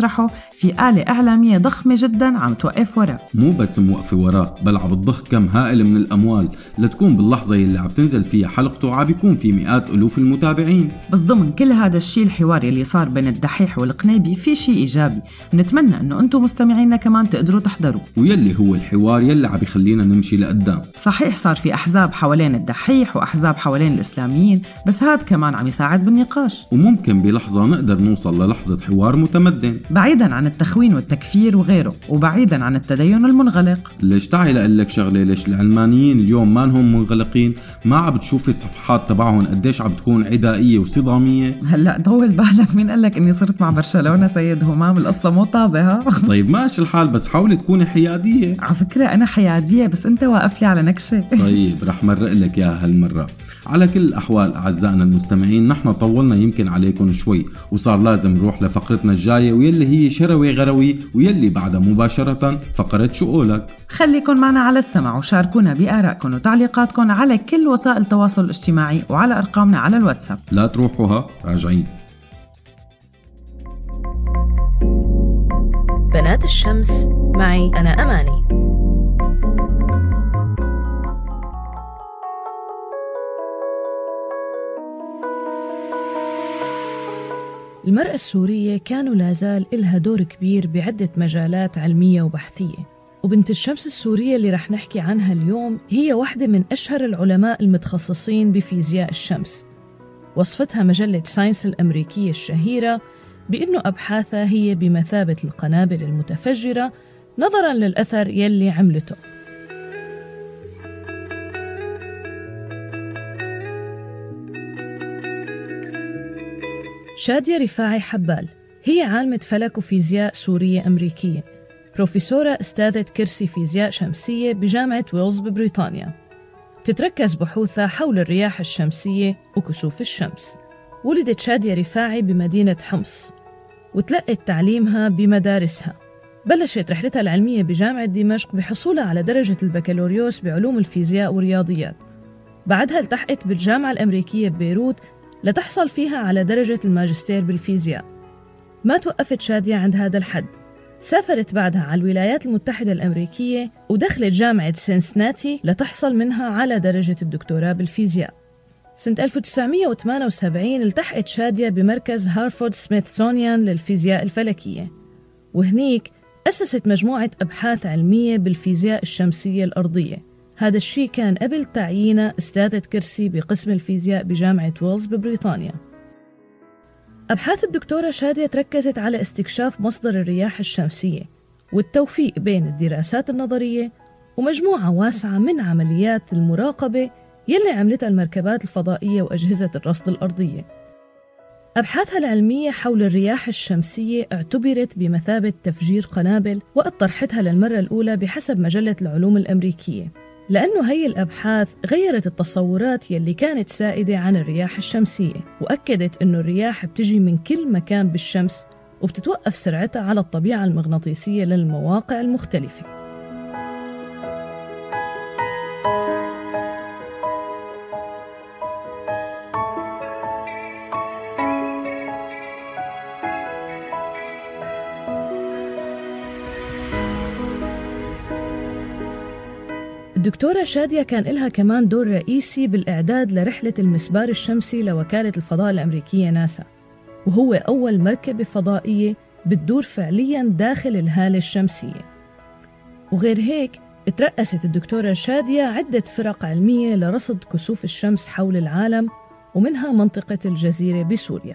بيطرحه في آلة إعلامية ضخمة جدا عم توقف وراه. مو بس موقفة وراه، بل عم بتضخ كم هائل من الأموال لتكون باللحظة اللي عم تنزل فيها حلقته عم بيكون في مئات ألوف المتابعين. بس ضمن كل هذا الشيء الحوار اللي صار بين الدحيح والقنيبي في شيء إيجابي، ونتمنى أنه أنتم مستمعينا كمان تقدروا تحضروا، ويلي هو الحوار يلي عم بيخلينا نمشي لقدام. صحيح صار في أحزاب حوالين الدحيح وأحزاب حوالين الإسلاميين، بس هاد كمان عم يساعد بالنقاش، وممكن بلحظة نقدر نوصل للحظة حوار متمدن بعيداً عن التخوين والتكفير وغيره، وبعيداً عن التدين المنغلق. ليش تعال أقول لك شغلة، ليش العلمانيين اليوم ما هم منغلقين؟ ما عم بتشوفي الصفحات تبعهم قديش عم بتكون عدائية وصدامية؟ هلأ طول بالك، مين قال لك إني صرت مع برشلونة سيد همام؟ القصة مو طابة. طيب ماشي الحال، بس حاولي تكوني حيادية. على فكرة أنا حيادية، بس أنت واقف لي على نكشة. طيب رح مرق لك يا هالمرة. على كل الأحوال أعزائنا المستمعين، نحن طولنا يمكن عليكم شوي، وصار لازم نروح لفقرتنا الجاية واللي هي شروي غروي، ويلي بعدها مباشرة فقرة شو قولك. خليكن معنا على السمع وشاركونا بآرائكم وتعليقاتكم على كل وسائل التواصل الاجتماعي وعلى أرقامنا على الواتساب. لا تروحوها، راجعين. بنات الشمس معي أنا أماني. المرأة السورية كانوا لازال إلها دور كبير بعدة مجالات علمية وبحثية، وبنت الشمس السورية اللي رح نحكي عنها اليوم هي واحدة من أشهر العلماء المتخصصين بفيزياء الشمس. وصفتها مجلة ساينس الأمريكية الشهيرة بأنه أبحاثها هي بمثابة القنابل المتفجرة نظراً للأثر يلي عملته. شادية رفاعي حبال هي عالمة فلك وفيزياء سورية أمريكية، بروفيسورة استاذة كرسي فيزياء شمسية بجامعة ويلز ببريطانيا. تتركز بحوثها حول الرياح الشمسية وكسوف الشمس. ولدت شادية رفاعي بمدينة حمص، وتلقت تعليمها بمدارسها. بلشت رحلتها العلمية بجامعة دمشق بحصولها على درجة البكالوريوس بعلوم الفيزياء والرياضيات. بعدها التحقت بالجامعة الأمريكية ببيروت لتحصل فيها على درجة الماجستير بالفيزياء. ما توقفت شادية عند هذا الحد، سافرت بعدها على الولايات المتحدة الأمريكية ودخلت جامعة سينسناتي لتحصل منها على درجة الدكتوراه بالفيزياء. سنة ألف وتسعمئة وثمانية وسبعين التحقت شادية بمركز هارفارد سميثسونيان للفيزياء الفلكية، وهنيك أسست مجموعة أبحاث علمية بالفيزياء الشمسية الأرضية. هذا الشيء كان قبل تعيينها استاذة كرسي بقسم الفيزياء بجامعة ويلز ببريطانيا. أبحاث الدكتورة شادية تركزت على استكشاف مصدر الرياح الشمسية والتوفيق بين الدراسات النظرية ومجموعة واسعة من عمليات المراقبة يلي عملتها المركبات الفضائية وأجهزة الرصد الأرضية. أبحاثها العلمية حول الرياح الشمسية اعتبرت بمثابة تفجير قنابل وقت طرحتها للمرة الأولى بحسب مجلة العلوم الأمريكية، لأنه هي الأبحاث غيرت التصورات يلي كانت سائدة عن الرياح الشمسية، وأكدت أنه الرياح بتجي من كل مكان بالشمس وبتتوقف سرعتها على الطبيعة المغناطيسية للمواقع المختلفة. الدكتورة شادية كان لها كمان دور رئيسي بالإعداد لرحلة المسبار الشمسي لوكالة الفضاء الأمريكية ناسا، وهو أول مركبة فضائية بتدور فعلياً داخل الهالة الشمسية. وغير هيك ترأست الدكتورة شادية عدة فرق علمية لرصد كسوف الشمس حول العالم، ومنها منطقة الجزيرة بسوريا.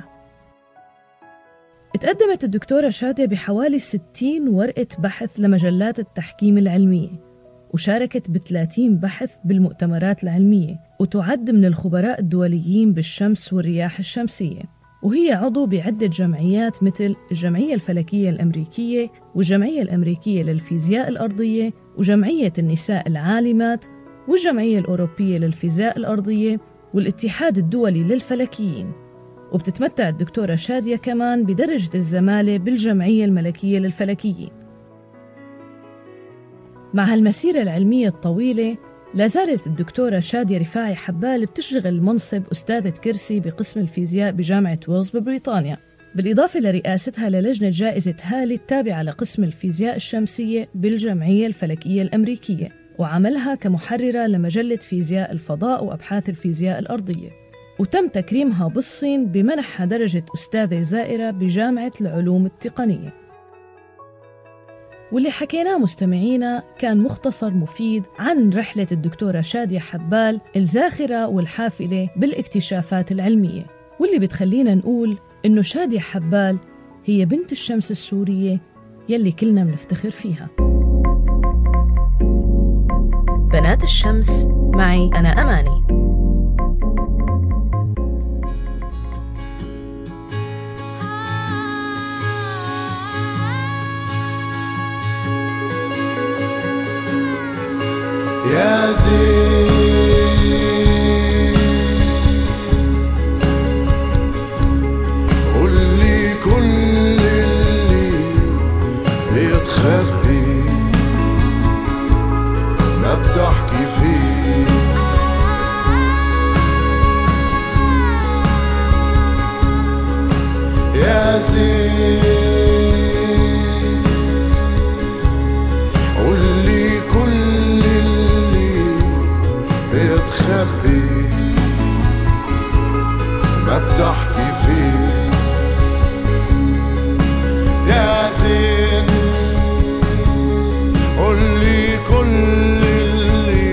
تقدمت الدكتورة شادية بحوالي ستين ورقة بحث لمجلات التحكيم العلمية، وشاركت بثلاثين بحث بالمؤتمرات العلمية، وتعد من الخبراء الدوليين بالشمس والرياح الشمسية. وهي عضو بعدة جمعيات مثل الجمعية الفلكية الأمريكية والجمعية الأمريكية للفيزياء الأرضية وجمعية النساء العالمات والجمعية الأوروبية للفيزياء الأرضية والاتحاد الدولي للفلكيين. وبتتمتع الدكتورة شادية كمان بدرجة الزمالة بالجمعية الملكية للفلكيين. مع هالمسيرة العلمية الطويلة لا زالت الدكتورة شادية رفاعي حبال بتشغل منصب أستاذة كرسي بقسم الفيزياء بجامعة ويلز ببريطانيا، بالإضافة لرئاستها للجنة جائزة هالي التابعة لقسم الفيزياء الشمسية بالجمعية الفلكية الأمريكية، وعملها كمحررة لمجلة فيزياء الفضاء وأبحاث الفيزياء الأرضية. وتم تكريمها بالصين بمنحها درجة أستاذة زائرة بجامعة العلوم التقنية. واللي حكيناه مستمعينا كان مختصر مفيد عن رحلة الدكتورة شادية حبال الزاخرة والحافلة بالاكتشافات العلمية، واللي بتخلينا نقول إنه شادية حبال هي بنت الشمس السورية يلي كلنا بنفتخر فيها. بنات الشمس معي أنا أماني. يا زين قولي كل اللي بيتخبي ما بتحكي فيه، يا زين قولي كل بتخبي ما بتحكي فيه، يا زين قولي كل اللي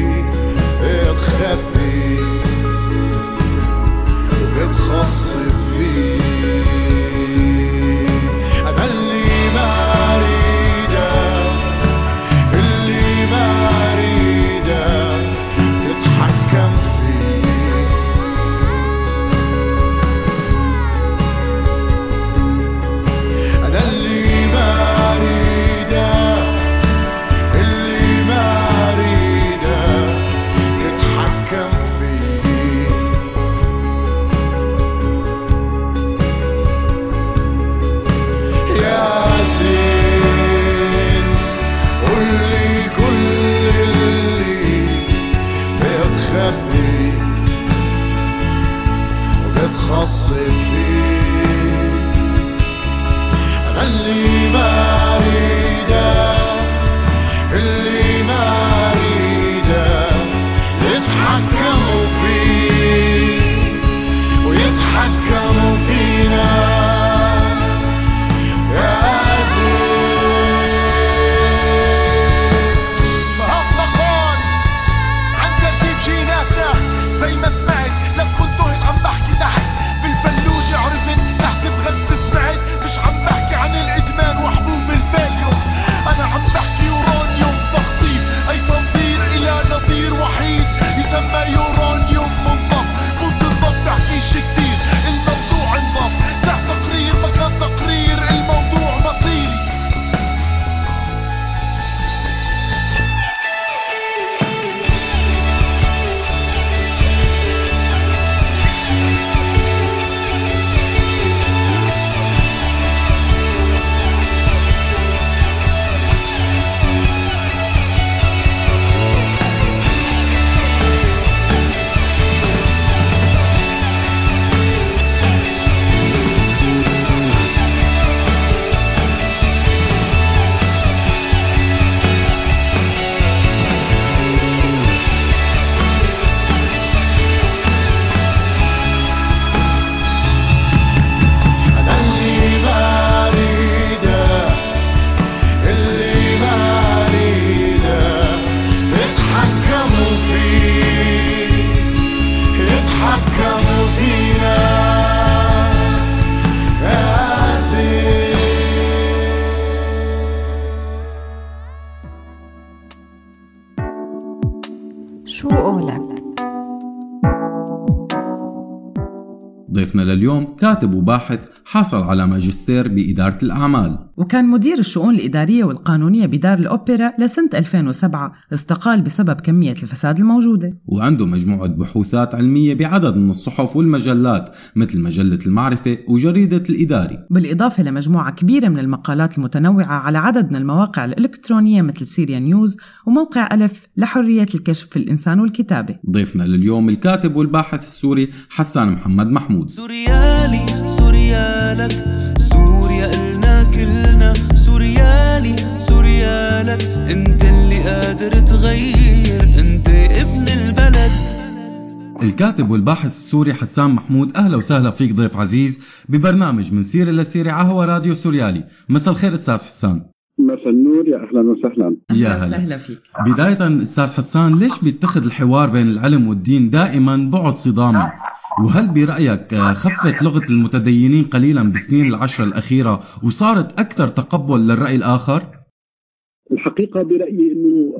بتخبي وبتخصب فيه. أنا اللي ما أريده اللي ما أريده تتحكم فيه، أنا اللي ما أريده اللي ما أريده تتحكم فيه، يا زين قولي كل اللي بتخبي وبتخصب فيه، أنا اللي ما أريده اللي ما أريده يتحكموا فيه ويتحكموا فينا، يا زين. مهما قال عن ترتيب جيناتنا زي ما سمعت، لو كنت هيك عم بحكي تحت بالفلوجة عرفت تحت بغز سمعت، مش عم بحكي عن الإدمان وحبوب الفاليوم، أنا عم بحكي يورانيوم تخصيب أي تنظير إلى نظير وحيد يسمى يورانيوم منضم. كنت الضب تحكيش كتير الموضوع انضم، ساعة تقرير مكان تقرير الموضوع مصيري. شو قولك؟ ضيفنا لليوم كاتب وباحث حاصل على ماجستير بإدارة الأعمال. وكان مدير الشؤون الإدارية والقانونية بدار الأوبرا لسنة ألفين وسبعة، استقال بسبب كمية الفساد الموجودة. وعنده مجموعة بحوثات علمية بعدد من الصحف والمجلات مثل مجلة المعرفة وجريدة الإداري، بالإضافة لمجموعة كبيرة من المقالات المتنوعة على عدد من المواقع الإلكترونية مثل سيريا نيوز وموقع ألف لحرية الكشف في الإنسان والكتابة. ضيفنا لليوم الكاتب والباحث السوري حسان محمد محمود. سوريالي سوريالك سوريا إلنا كلنا، سوريالي سوريالك، انت اللي قادر تغير، انت ابن البلد. الكاتب والباحث السوري حسان محمود، أهلا وسهلا فيك ضيف عزيز ببرنامج من سيرة لسيرة على هوا راديو سوريالي. مساء الخير أستاذ حسان. مساء النور، يا أهلا وسهلا. يا هلا فيك. بداية أستاذ حسان، ليش بيتخذ الحوار بين العلم والدين دائما بعد صدامي؟ وهل برأيك خفت لغة المتدينين قليلا بسنين العشر الأخيرة وصارت أكثر تقبل للرأي الآخر؟ الحقيقة برأيي أنه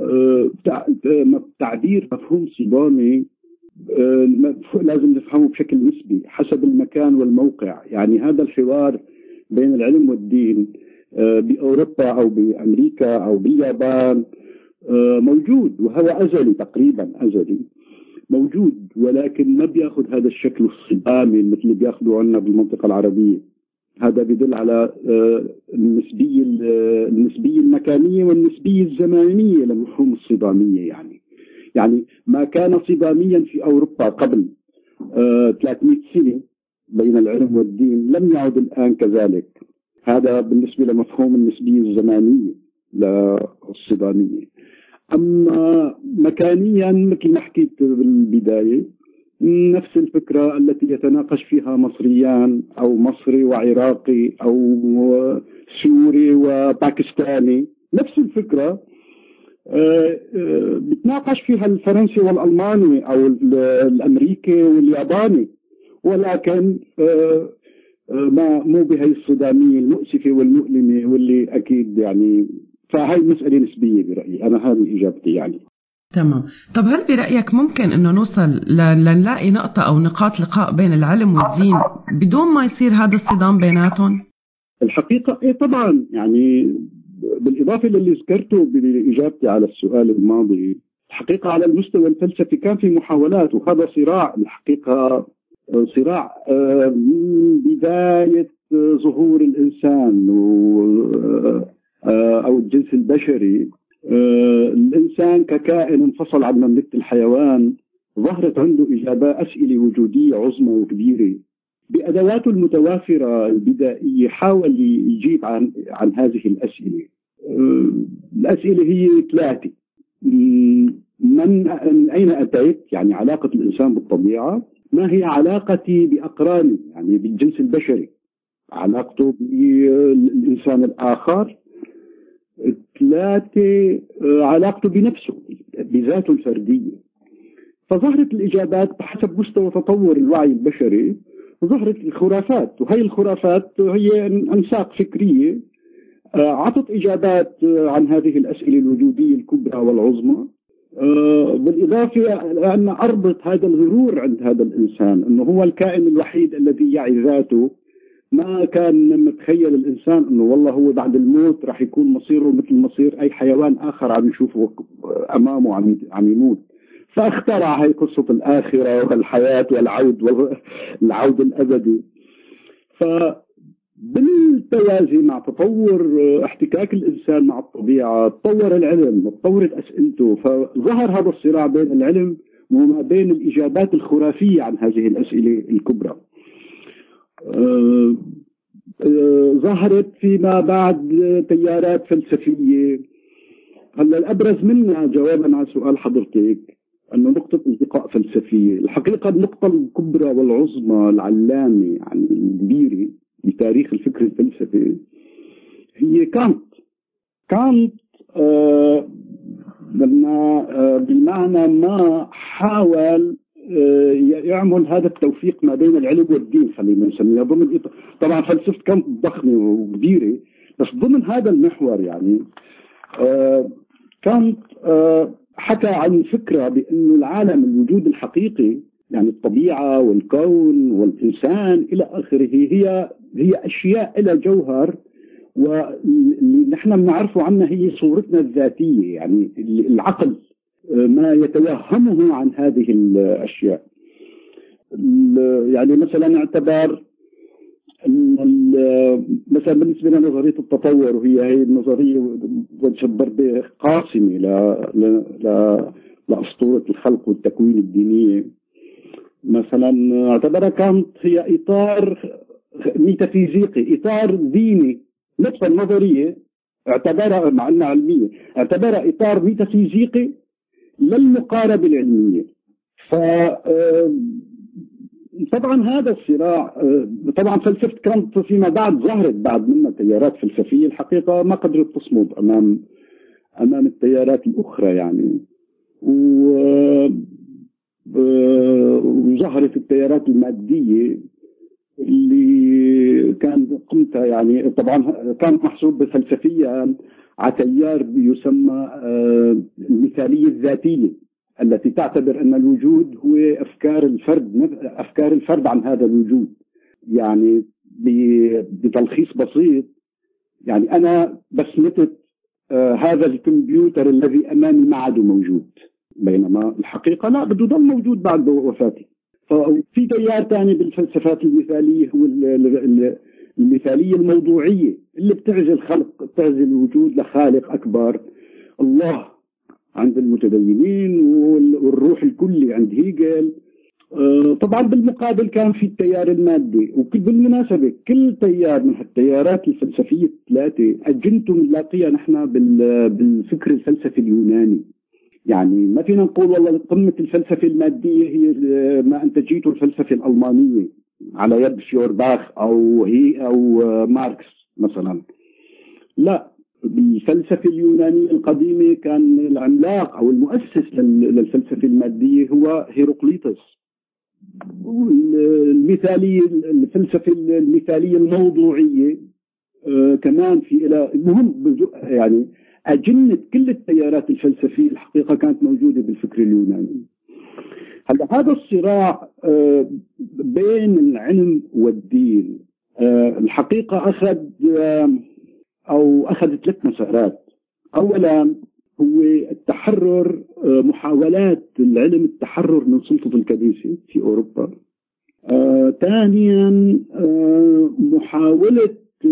تعبير مفهوم صدامي لازم نفهمه بشكل نسبي حسب المكان والموقع. يعني هذا الحوار بين العلم والدين بأوروبا أو بأمريكا أو باليابان موجود، وهو أزلي تقريبا أزلي موجود، ولكن ما بياخذ هذا الشكل الصدامي مثل اللي بياخذه عنا بالمنطقة العربية. هذا بيدل على النسبية النسبية المكانية والنسبية الزمانية لمفهوم الصدامية. يعني يعني ما كان صداميا في أوروبا قبل ثلاثمئة سنة بين العلم والدين لم يعد الآن كذلك. هذا بالنسبة لمفهوم النسبية الزمانية للصدامية. أما مكانيا مثل ما حكيت بالبداية، نفس الفكرة التي يتناقش فيها مصريان أو مصري وعراقي أو سوري وباكستاني، نفس الفكرة بتناقش فيها الفرنسي والألماني أو الأمريكي والياباني، ولكن ما مو بهي الصدامية المؤسفة والمؤلمة واللي أكيد يعني. فهي مسألة نسبية برأيي أنا، هذه إجابتي يعني. تمام. طب هل برأيك ممكن أنه نوصل لنلاقي نقطة أو نقاط لقاء بين العلم والدين بدون ما يصير هذا الصدام بيناتهم؟ الحقيقة إيه طبعا، يعني بالإضافة للي ذكرته بإجابتي على السؤال الماضي، الحقيقة على المستوى الفلسفي كان في محاولات، وهذا صراع الحقيقة صراع من بداية ظهور الإنسان أو الجنس البشري. الإنسان ككائن انفصل عن مملكة الحيوان، ظهرت عنده إجابات أسئلة وجودية عظمى وكبيرة بأدواته المتوافرة البدائية. حاول يجيب عن عن هذه الأسئلة. الأسئلة هي ثلاثة: من أين أتيت؟ يعني علاقة الإنسان بالطبيعة. ما هي علاقتي بأقراني؟ يعني بالجنس البشري، علاقته بالإنسان الآخر. ثلاثة، علاقته بنفسه بذاته الفردية. فظهرت الإجابات بحسب مستوى تطور الوعي البشري، وظهرت الخرافات، وهي الخرافات هي أنساق فكرية عطت إجابات عن هذه الأسئلة الوجودية الكبرى والعظمى. بالإضافة لأن أربط هذا الغرور عند هذا الإنسان أنه هو الكائن الوحيد الذي يعي ذاته. ما كان متخيل الإنسان أنه والله هو بعد الموت راح يكون مصيره مثل مصير أي حيوان آخر عم يشوفه أمامه عم عم يموت. فاخترع هاي قصة الآخرة والحياة والعود والعود الأبدي. فبالتوازي مع تطور احتكاك الإنسان مع الطبيعة تطور العلم وتطورت أسئلته، فظهر هذا الصراع بين العلم وما بين الإجابات الخرافية عن هذه الأسئلة الكبرى. أه أه ظهرت فيما بعد تيارات فلسفية. هلا الأبرز منها جوابا على سؤال حضرتك أنه نقطة التقاء فلسفية. الحقيقة النقطة الكبرى والعظمى العلامة يعني الكبيرة بتاريخ الفكر الفلسفي هي كانت كانت أه أه بمعنى ما حاول يعمل هذا التوفيق ما بين العلم والدين، خلينا نسميها ضمن. طبعا فلسفة كانت ضخمة وكبيرة، بس ضمن هذا المحور يعني كانت حكى عن فكرة بأنه العالم الوجود الحقيقي يعني الطبيعة والكون والإنسان إلى آخره هي هي أشياء إلى جوهر واللي نحن بنعرفه عنها هي صورتنا الذاتية، يعني العقل ما يتوهمه عن هذه الأشياء. يعني مثلا اعتبر مثلا بالنسبة لنظرية التطور، وهي هي النظرية وتشبر قاسمة لأسطورة الخلق والتكوين الدينية، مثلا اعتبرها كانت هي إطار ميتافيزيقي، إطار ديني. نفس النظرية اعتبرها مع أنها علمية، اعتبرها إطار ميتافيزيقي للمقاربة العلمية. ف طبعا هذا الصراع، طبعا فلسفة كانت فيما بعد ظهرت بعد منها تيارات فلسفية الحقيقة ما قدرت تصمد أمام أمام التيارات الأخرى يعني، وظهرت التيارات المادية اللي كان قمتها يعني طبعا كان محسوب فلسفيا على تيار يسمى المثالية الذاتية، التي تعتبر أن الوجود هو أفكار الفرد أفكار الفرد عن هذا الوجود. يعني بتلخيص بسيط، يعني أنا بسمتت آه هذا الكمبيوتر الذي أمامي ما عاد موجود، بينما الحقيقة لا، بده يضل موجود بعد وفاتي. ففي تيار ثاني بالفلسفات المثالية هو المثالية الموضوعية اللي بتعزل الخلق، بتعزل الوجود لخالق أكبر، الله عند المتدينين والروح الكلي عند هيجل. طبعا بالمقابل كان في التيار المادي، وبالمناسبة كل تيار من التيارات الفلسفية الثلاثة أجنته بنلاقيها نحن بالفكر الفلسفي اليوناني. يعني ما فينا نقول والله قمة الفلسفة المادية هي ما أنتجته الفلسفة الألمانية على يد فيورباخ أو هي أو ماركس مثلا، لا، بالفلسفة اليونانية القديمة كان العملاق أو المؤسس للفلسفة المادية هو هيروقليطس. المثالية الفلسفة المثالية الموضوعية آه كمان في إلى مهم يعني أجنة كل التيارات الفلسفية الحقيقة كانت موجودة بالفكر اليوناني. هلا هذا الصراع آه بين العلم والدين آه الحقيقة أخذ آه أو أخذ ثلاث مسارات. أولا هو التحرر، محاولات العلم التحرر من سلطة الكنيسة في أوروبا. آه، ثانيا آه، محاولة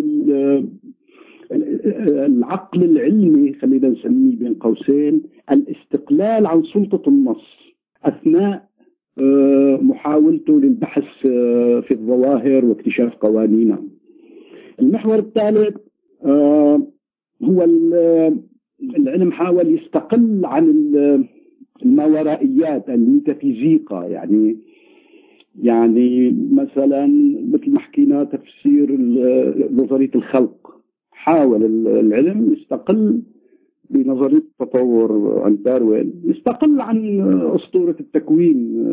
العقل العلمي، خلينا نسميه بين قوسين، الاستقلال عن سلطة النص أثناء آه، محاولته للبحث آه، في الظواهر واكتشاف قوانينها. المحور الثالث آه، هو العلم حاول يستقل عن الماورائيات الميتافيزيقا، يعني يعني مثلا مثل ما حكينا تفسير نظرية الخلق، حاول العلم يستقل بنظرية التطور عند داروين، يستقل عن أسطورة التكوين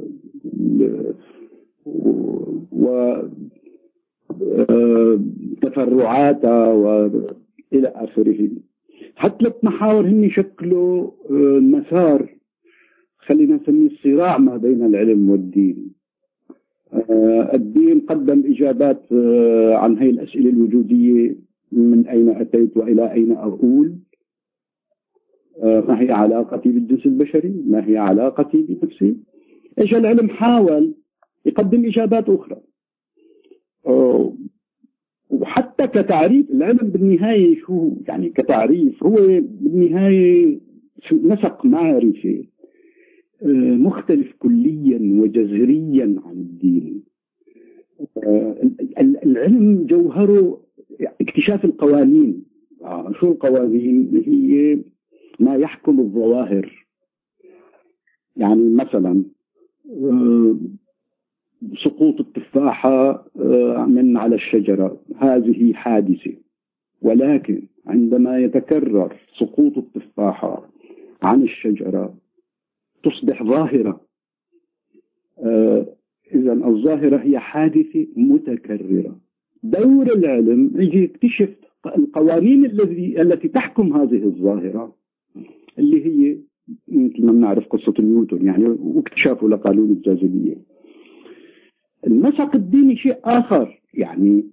وتفرعاتها وإلى آخره. هالثلاث محاور هن شكلوا مسار خلينا نسميه الصراع ما بين العلم والدين. الدين قدم إجابات عن هذه الأسئلة الوجودية: من أين أتيت وإلى أين أؤول؟ ما هي علاقتي بالجنس البشري؟ ما هي علاقتي بنفسي؟ إيش العلم حاول يقدم إجابات أخرى. وحتى كتعريف العلم بالنهاية شو يعني كتعريف، هو بالنهاية نسق معرفي مختلف كليا وجذريا عن الدين. العلم جوهره اكتشاف القوانين. شو القوانين؟ هي ما يحكم الظواهر. يعني مثلا سقوط التفاحة من على الشجرة هذه حادثة، ولكن عندما يتكرر سقوط التفاحة عن الشجرة تصبح ظاهرة. إذا الظاهرة هي حادثة متكررة. دور العلم يجي يكتشف القوانين التي التي تحكم هذه الظاهرة، اللي هي مثل ما نعرف قصة نيوتن يعني واكتشافه لقانون الجاذبية. المسق الديني شيء آخر، يعني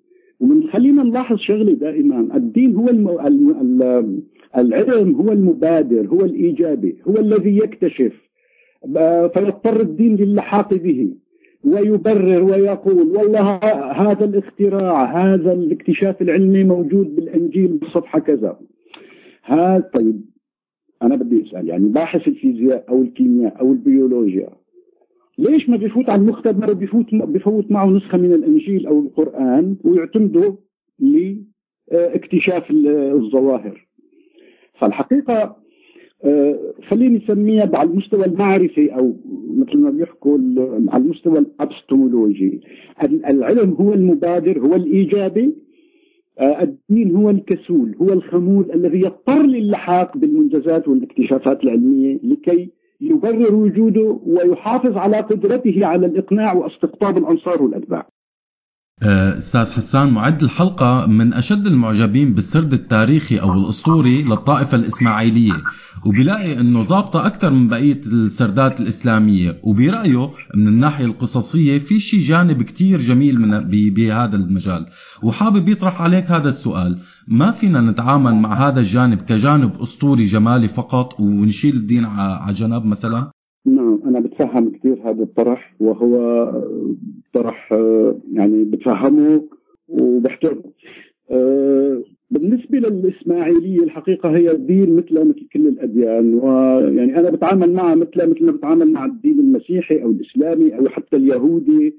ومن خلينا نلاحظ شغله دائما، الدين هو الم... الم... العلم هو المبادر، هو الإيجابي، هو الذي يكتشف، فيضطر الدين للحاق به ويبرر ويقول والله هذا الاختراع، هذا الاكتشاف العلمي موجود بالإنجيل بالصفحة كذا. هذا طيب أنا بدي أسأل، يعني باحث الفيزياء أو الكيمياء أو البيولوجيا ليش ما بيفوت على المختبر وبيفوت بيفوت معه نسخة من الإنجيل أو القرآن ويعتمدوا لاكتشاف الظواهر؟ فالحقيقة خليني نسميها على المستوى المعرفي أو مثل ما بيحكوا على المستوى الأبستمولوجي، العلم هو المبادر، هو الإيجابي، الدين هو الكسول، هو الخمول الذي يضطر للحاق بالمنجزات والاكتشافات العلمية لكي يبرر وجوده ويحافظ على قدرته على الإقناع واستقطاب الأنصار والأتباع. أستاذ حسان، معد الحلقة من أشد المعجبين بالسرد التاريخي أو الأسطوري للطائفة الإسماعيلية، وبيلاقي أنه ضابطة أكثر من بقية السردات الإسلامية، وبرأيه من الناحية القصصية في شي جانب كتير جميل من بهذا المجال، وحابب يطرح عليك هذا السؤال: ما فينا نتعامل مع هذا الجانب كجانب أسطوري جمالي فقط ونشيل الدين على جنب مثلا؟ نعم، أنا بتفهم كثير هذا الطرح، وهو طرح يعني بتفهمه وبحترمه. بالنسبة للإسماعيلية الحقيقة هي الدين مثل مثل كل الأديان، ويعني أنا بتعامل معها مثل مثل ما بتعامل مع الدين المسيحي أو الإسلامي أو حتى اليهودي.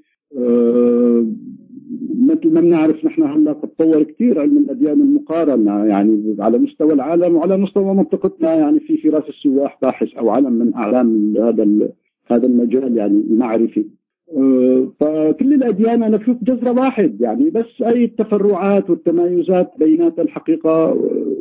مثل ما بنعرف نحن هلا تطور كثير علم الأديان المقارنة يعني على مستوى العالم وعلى مستوى منطقتنا، يعني في في راس السواح باحث أو علم من أعلام هذا هذا المجال يعني المعرفي. فكل الأديان أنا بشوف جذر واحد يعني، بس أي التفرعات والتمايزات بينات الحقيقة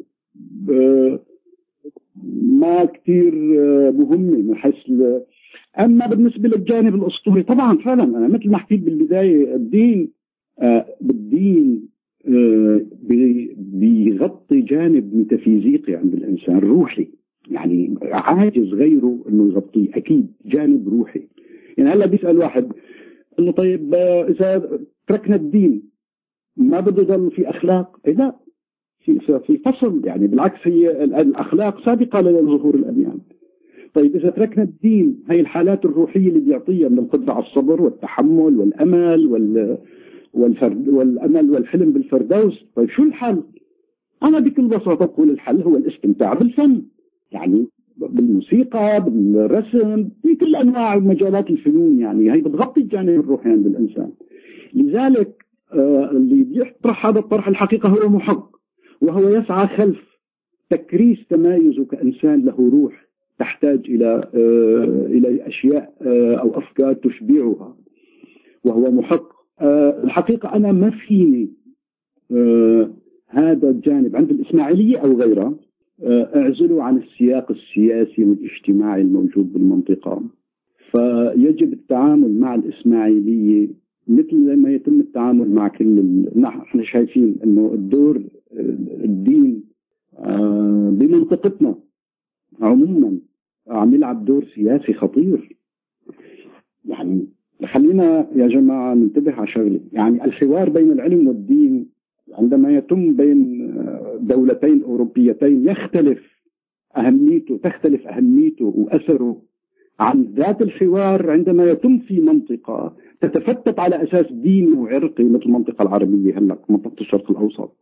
ما كثير مهمة من حيث. أما بالنسبة للجانب الأسطوري طبعا فعلا أنا مثل ما حكيت بالبداية، الدين آه بالدين آه بيغطي جانب ميتافيزيقي عند الإنسان، روحي، يعني عاجز غيره إنه يغطيه، أكيد جانب روحي. يعني هلا بيسأل واحد إنه طيب آه إذا تركنا الدين ما بده يضل في أخلاق؟ إيه لا، في في فصل يعني، بالعكس هي الأخلاق سابقة لظهور الأديان. طيب إذا تركنا الدين، هاي الحالات الروحية اللي بيعطيها من القدرة على الصبر والتحمل والأمل وال والفرد والأمل والحلم بالفردوس، طيب شو الحل؟ أنا بكل بساطة بقول الحل هو الاستمتاع بالفن، يعني بالموسيقى، بالرسم، بكل أنواع ومجالات الفنون، يعني هي بتغطي الجانب الروحي عند الإنسان. لذلك آه اللي بيطرح هذا الطرح الحقيقة هو محق، وهو يسعى خلف تكريس تمايزه كإنسان له روح تحتاج إلى آه إلى أشياء آه أو أفكار تشبعها، وهو محق. آه الحقيقة أنا ما فيني آه هذا الجانب عند الإسماعيلية أو غيره آه أعزله عن السياق السياسي والاجتماعي الموجود بالمنطقة. فيجب التعامل مع الإسماعيلية مثل ما يتم التعامل مع كل. نحن شايفين أنه الدور الدين آه بمنطقتنا عموما عم يلعب دور سياسي خطير. يعني خلينا يا جماعة ننتبه على شغله، يعني الحوار بين العلم والدين عندما يتم بين دولتين أوروبيتين يختلف أهميته تختلف أهميته وأثره عن ذات الحوار عندما يتم في منطقة تتفتت على أساس ديني وعرقي مثل المنطقة العربية هلا منطقة الشرق الأوسط.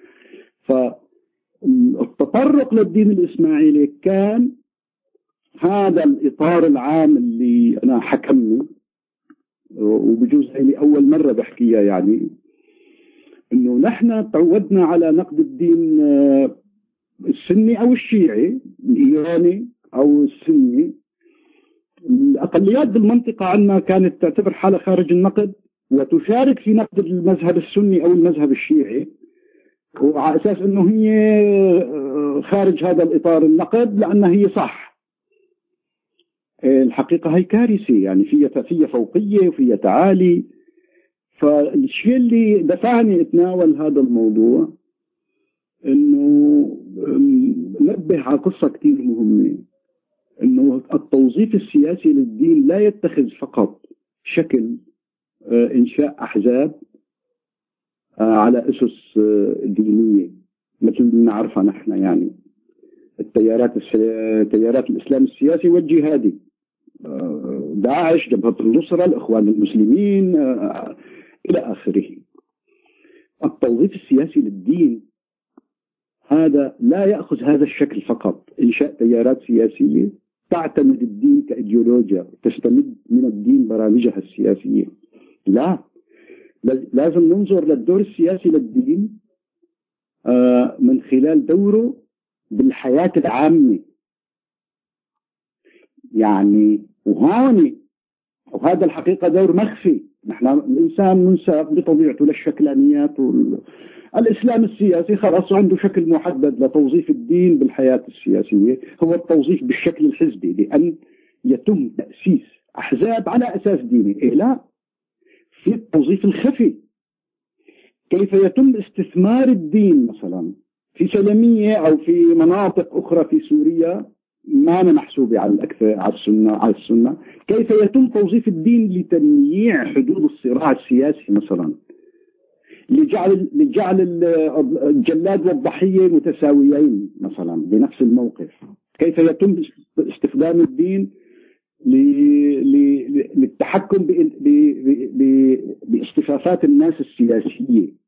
فالتطرق للدين الإسماعيلي كان هذا الإطار العام اللي أنا حكمني، وبجوز هي أول مرة بحكيها، يعني إنه نحن تعودنا على نقد الدين السني أو الشيعي، الإيراني أو السني. الأقليات بالمنطقة عندنا كانت تعتبر حالها خارج النقد وتشارك في نقد المذهب السني أو المذهب الشيعي، وعلى أساس إنه هي خارج هذا الإطار النقد لأنها هي صح. الحقيقة هي كارثة، يعني فيها فيها فوقية وفيها تعالي. فالشيء اللي دفعني اتناول هذا الموضوع إنه نبه على قصة كتير مهمة، إنه التوظيف السياسي للدين لا يتخذ فقط شكل إنشاء أحزاب على أسس دينية مثل ما نعرفها نحن، يعني التيارات تيارات الإسلام السياسي والجهادي، داعش، جبهة النصرة، الإخوان المسلمين إلى آخره. التوظيف السياسي للدين هذا لا يأخذ هذا الشكل فقط، إنشاء تيارات سياسية تعتمد الدين كإيديولوجيا، تستمد من الدين برامجها السياسية. لا، لازم ننظر للدور السياسي للدين من خلال دوره بالحياة العامة. يعني وهون وهذا الحقيقة دور مخفي، نحن الإنسان منساق بطبيعته للشكلانيات وال... الإسلام السياسي خلاص عنده شكل محدد لتوظيف الدين بالحياة السياسية، هو التوظيف بالشكل الحزبي، لأن يتم تأسيس أحزاب على أساس ديني. إيه لا، في التوظيف الخفي، كيف يتم استثمار الدين مثلا في سلمية أو في مناطق أخرى في سوريا ما أنا محسوبة على الأكثر على السنة على السنة كيف يتم توظيف الدين لتنميع حدود الصراع السياسي مثلا، لجعل لجعل الجلاد والضحية متساويين مثلا بنفس الموقف. كيف يتم استخدام الدين للتحكم باصطفافات الناس السياسية.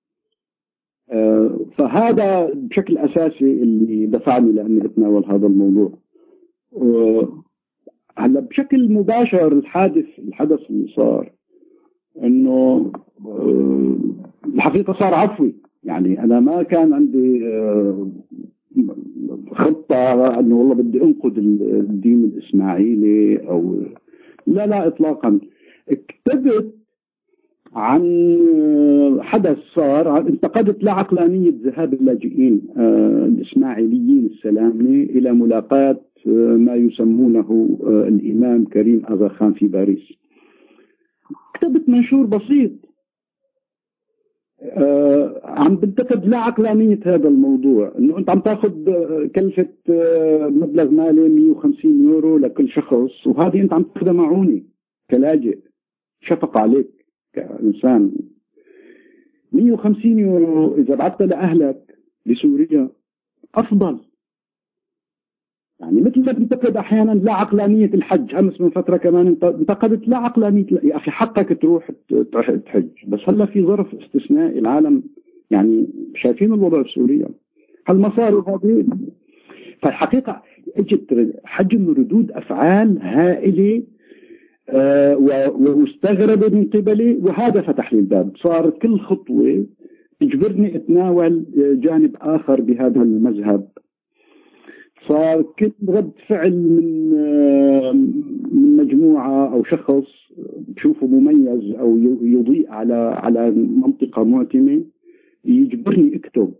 فهذا بشكل أساسي اللي دفعني لأني أتناول هذا الموضوع. هلا بشكل مباشر الحادث الحدث اللي صار إنه الحقيقة صار عفوي، يعني أنا ما كان عندي خطة أنه والله بدي أنقذ الدين الإسماعيلي أو لا لا إطلاقا. كتبت عن حدث صار، انتقدت لعقلانية ذهاب اللاجئين الإسماعيليين السلامة إلى ملاقاة ما يسمونه الإمام كريم أغا خان في باريس. كتبت منشور بسيط عم بنتقد لعقلانية هذا الموضوع، انه انت عم تاخذ كلفة مبلغ مالي مئة وخمسين يورو لكل شخص، وهذه انت عم تاخذها معوني كلاجئ، شفق عليك كإنسان. مئة وخمسين يورو إذا بعثتها لأهلك لسوريا أفضل. يعني مثل ما بنتقد أحيانا لا عقلانية الحج، أمس من فترة كمان انتقدت لا عقلانية، يا أخي حقك تروح تحج، بس هلا في ظرف استثنائي العالم يعني شايفين الوضع في سوريا هالمصاري هذه. فالحقيقة اجت حجم ردود أفعال هائلة أه واستغرب من قبلي، وهذا فتح لي الباب. صارت كل خطوة تجبرني اتناول جانب آخر بهذا المذهب. صار كل رد فعل من من مجموعة أو شخص بشوفه مميز أو يضيء على على منطقة معتمة يجبرني اكتب،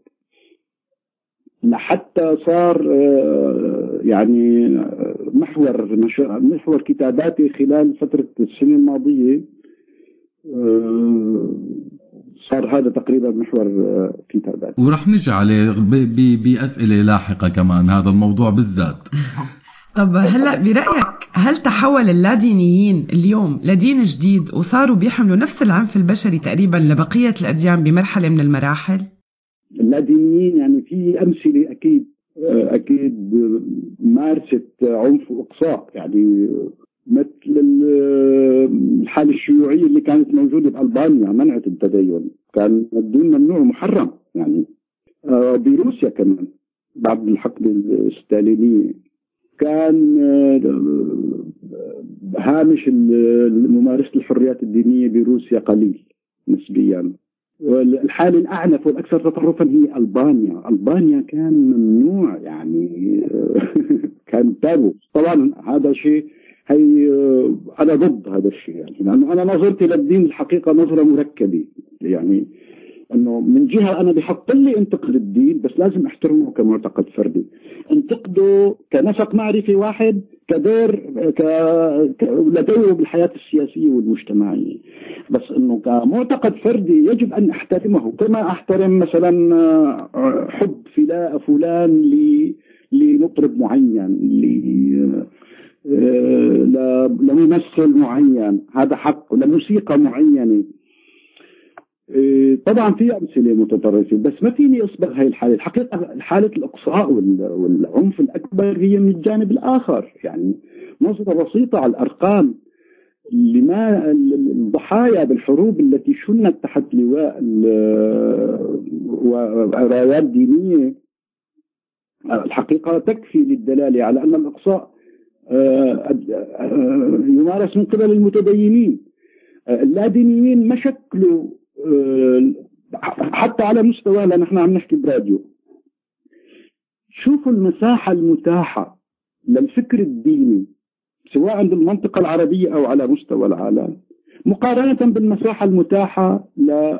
لحتى صار يعني محور محور كتاباتي خلال فترة السنة الماضية. صار هذا تقريبا محور كتاباتي، ورح نجي عليه بأسئلة لاحقة كمان هذا الموضوع بالذات. طب هلأ برأيك هل تحول اللادينيين اليوم لدين جديد وصاروا بيحملوا نفس العنف البشري تقريبا لبقية الأديان بمرحلة من المراحل؟ اللادينيين يعني في أمثلة أكيد أكيد مارست عنف وإقصاء، يعني مثل الحالة الشيوعية اللي كانت موجودة بألبانيا، منعت التدين، كان الدين ممنوع محرم. يعني بروسيا كمان بعد الحقبة الستالينية كان هامش ممارسة الحريات الدينية بروسيا قليل نسبيا. والحالة الأعنف والأكثر تطرفا هي ألبانيا. ألبانيا كان ممنوع، يعني كان تابو. طبعا هذا شيء هي أنا ضد هذا الشيء، يعني لأنه أنا نظرتي للدين الحقيقة نظرة مركبة. يعني أنه من جهة أنا بحط لي انتقد الدين بس لازم أحترمه كمعتقد فردي، انتقده كنسق معرفي واحد كدور ك... ك... لدوره بالحياة السياسية والمجتمعية، بس أنه كمعتقد فردي يجب أن أحترمه كما أحترم مثلا حب فلا فلان ل... لمطرب معين، ل... لممثل معين، هذا حق، لموسيقى معينة. طبعا في أمثلة متطرفة، بس ما فيني أصبغ هاي الحالة. الحقيقة حالة الإقصاء والعنف الأكبر هي من الجانب الآخر. يعني نظرة بسيطة على الأرقام لما الضحايا بالحروب التي شنت تحت لواء ورايات دينية الحقيقة تكفي للدلالة على أن الإقصاء يمارس من قبل المتدينين. اللادينيين ما شكلوا حتى على مستوى، لأن نحن عم نحكي براديو، شوفوا المساحة المتاحة للفكر الديني سواء بالمنطقة العربية أو على مستوى العالم مقارنة بالمساحة المتاحة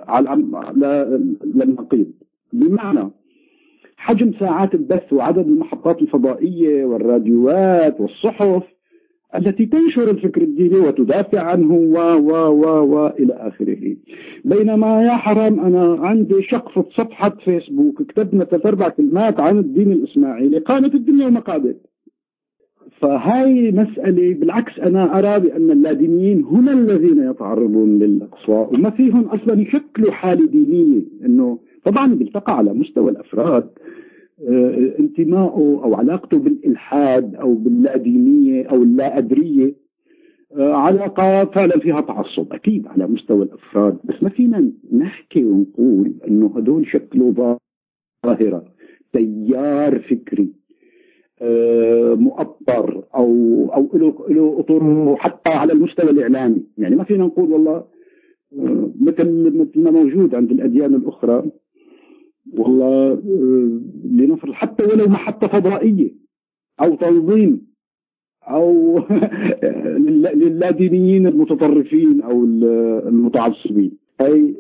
للنقيض. بمعنى حجم ساعات البث وعدد المحطات الفضائية والراديوات والصحف التي تنشر الفكر الديني وتدافع عنه و و و و إلى آخره. بينما يا حرام أنا عندي شقفة صفحة فيسبوك كتبنا ثلاث أربع كلمات عن الدين الإسماعيلي قامت الدنيا وما قعدت. فهاي مسألة بالعكس أنا أرى بأن اللادينيين هم الذين يتعرضون للإقصاء وما فيهم أصلا يشكلوا حالة دينية. إنه طبعا بيلتقى على مستوى الأفراد اه انتمائه أو علاقته بالإلحاد أو باللادينية أو اللا أدرية اه علاقة فعلا فيها تعصب أكيد على مستوى الأفراد، بس ما فينا نحكي ونقول إنه هدول شكلوا ظاهرة تيار فكري اه مؤطر أو أو له له أطر حتى على المستوى الإعلامي. يعني ما فينا نقول والله اه مثل مثل ما موجود عند الأديان الأخرى والله لنفرض حتى ولو محطة فضائية أو تنظيم أو للادينيين المتطرفين أو المتعصبين، أي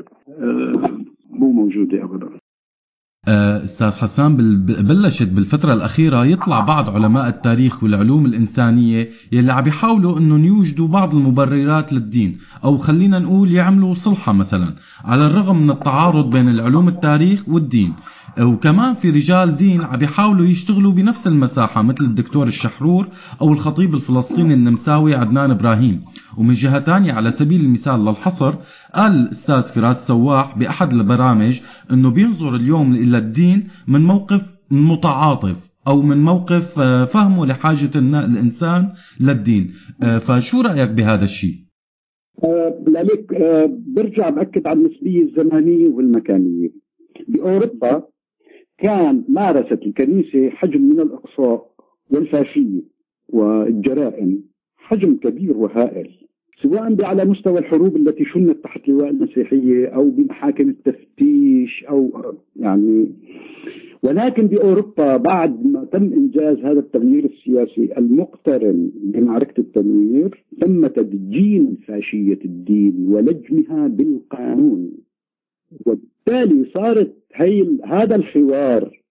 مو موجودة أبدا. أستاذ حسان، بلشت بالفترة الأخيرة يطلع بعض علماء التاريخ والعلوم الإنسانية يلي عم يحاولوا أنه يوجدوا بعض المبررات للدين، أو خلينا نقول يعملوا صلحة مثلا، على الرغم من التعارض بين العلوم التاريخ والدين. وكمان في رجال دين عم يحاولوا يشتغلوا بنفس المساحة مثل الدكتور الشحرور أو الخطيب الفلسطيني النمساوي عدنان إبراهيم. ومن جهة تانية على سبيل المثال للحصر قال الأستاذ فراس سواح بأحد البرامج أنه بينظر اليوم إلى الدين من موقف متعاطف أو من موقف فهمه لحاجة الإنسان للدين. فشو رأيك بهذا الشيء؟ أه لذلك أه برجع بأكد على النسبية الزمانية والمكانية. بأوروبا كان مارست الكنيسة حجم من الإقصاء والفاشية والجرائم حجم كبير وهائل، سواء على مستوى الحروب التي شنت تحت لواء المسيحية أو بمحاكم التفتيش أو يعني. ولكن بأوروبا بعد ما تم إنجاز هذا التغيير السياسي المقترن بمعركة التنوير تم تدجين فاشية الدين ولجمها بالقانون، وبالتالي صارت هي هذا الحوار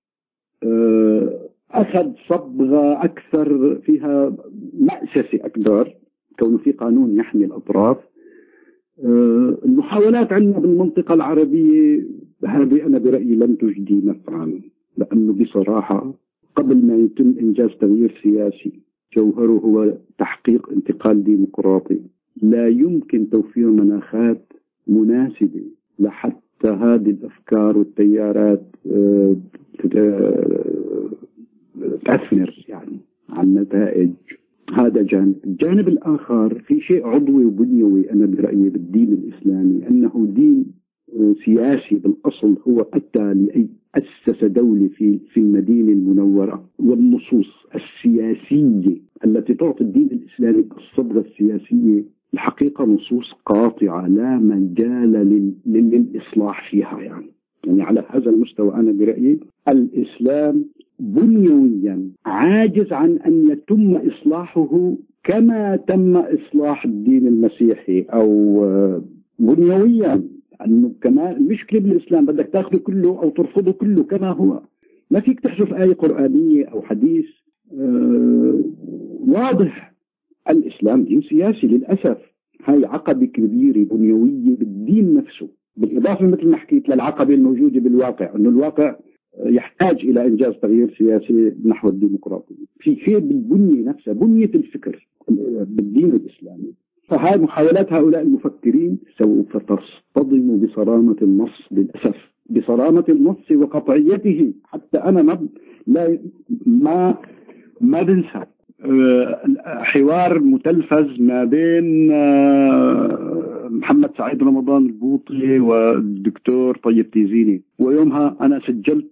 أخذ صبغة أكثر فيها مأسسة أكثر كونه في قانون يحمي الأطراف. المحاولات عندنا بالمنطقة العربية هذه أنا برأيي لن تجدي نفعا، لأنه بصراحة قبل ما يتم إنجاز تغيير سياسي جوهره هو تحقيق انتقال ديمقراطي، لا يمكن توفير مناخات مناسبة لحتى هذه الأفكار والتيارات تأثمر يعني عن نتائج. هذا جانب. الجانب الآخر في شيء عضوي وبنيوي أنا برأيي بالدين الإسلامي، أنه دين سياسي بالأصل، هو أتى لأي أسس دولة في في المدينة المنورة، والنصوص السياسية التي تعطي الدين الإسلامي الصبغة السياسية الحقيقة نصوص قاطعة لا مجال للإصلاح فيها. يعني يعني على هذا المستوى أنا برأيي الإسلام بنيويا عاجز عن أن يتم إصلاحه كما تم إصلاح الدين المسيحي، أو بنيويا أنه كما المشكلة بالإسلام بدك تأخذه كله أو ترفضه كله كما هو، ما فيك تحذف آية قرآنية أو حديث. آه واضح الإسلام دين سياسي للأسف، هاي عقبة كبيرة بنيوية بالدين نفسه، بالإضافة مثل ما حكيت للعقبة الموجودة بالواقع، أنه الواقع يحتاج إلى إنجاز تغيير سياسي نحو الديمقراطية. في شيء بالبنية نفسها، بنية الفكر بالدين الإسلامي. فهاي محاولات هؤلاء المفكرين المفكرين سوف تصطدم بصرامة النص للأسف، بصرامة النص وقطعيته. حتى أنا ما لا ما ما بنسى حوار متلفز ما بين محمد سعيد رمضان البوطي والدكتور طيب تيزيني، ويومها أنا سجلت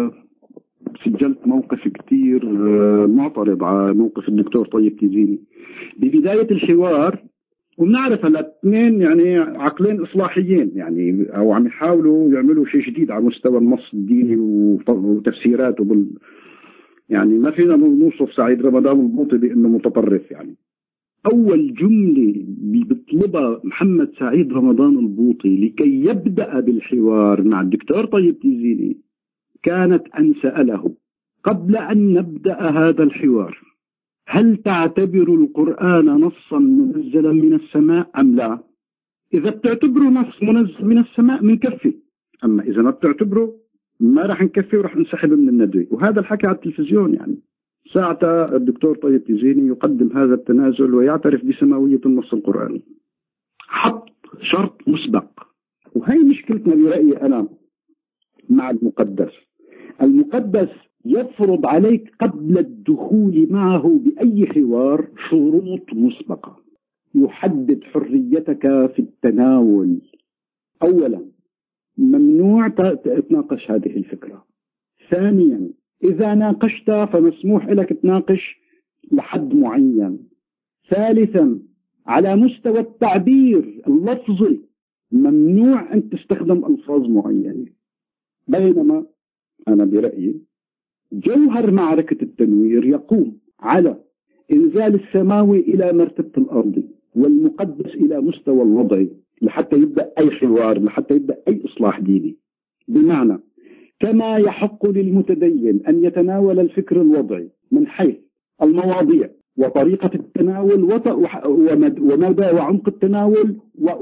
سجلت موقف كتير معترض على موقف الدكتور طيب تيزيني ببداية الحوار. وبنعرف الاثنين يعني عقلين إصلاحيين يعني، أو عم يحاولوا يعملوا شيء جديد على مستوى النص الديني وتفسيراته بال يعني ما فينا نوصف سعيد رمضان البوطي بأنه متطرف. يعني أول جملة بيطلبها محمد سعيد رمضان البوطي لكي يبدأ بالحوار مع الدكتور طيب تيزيني كانت أن سأله قبل أن نبدأ هذا الحوار: هل تعتبر القرآن نصا منزلا من السماء أم لا؟ إذا بتعتبره نص منزل من السماء منكفي، أما إذا ما بتعتبره ما راح نكفي ورح نسحب من الندوة. وهذا الحكي على التلفزيون. يعني ساعتها الدكتور طيب تيزيني يقدم هذا التنازل ويعترف بسماوية النص القرآني، حط شرط مسبق. وهي مشكلتنا برأيي أنا مع المقدس. المقدس يفرض عليك قبل الدخول معه بأي حوار شروط مسبقة، يحدد حريتك في التناول. أولا، ممنوع تناقش هذه الفكرة. ثانيا، إذا ناقشت فمسموح لك تناقش لحد معين. ثالثا، على مستوى التعبير اللفظي ممنوع أن تستخدم ألفاظ معينة. بينما أنا برأيي جوهر معركة التنوير يقوم على إنزال السماوي إلى مرتبة الأرض والمقدس إلى مستوى الوضعي لحتى يبدأ أي حوار، لحتى يبدأ أي إصلاح ديني. بمعنى كما يحق للمتدين أن يتناول الفكر الوضعي من حيث المواضيع وطريقة التناول ومدى وعمق التناول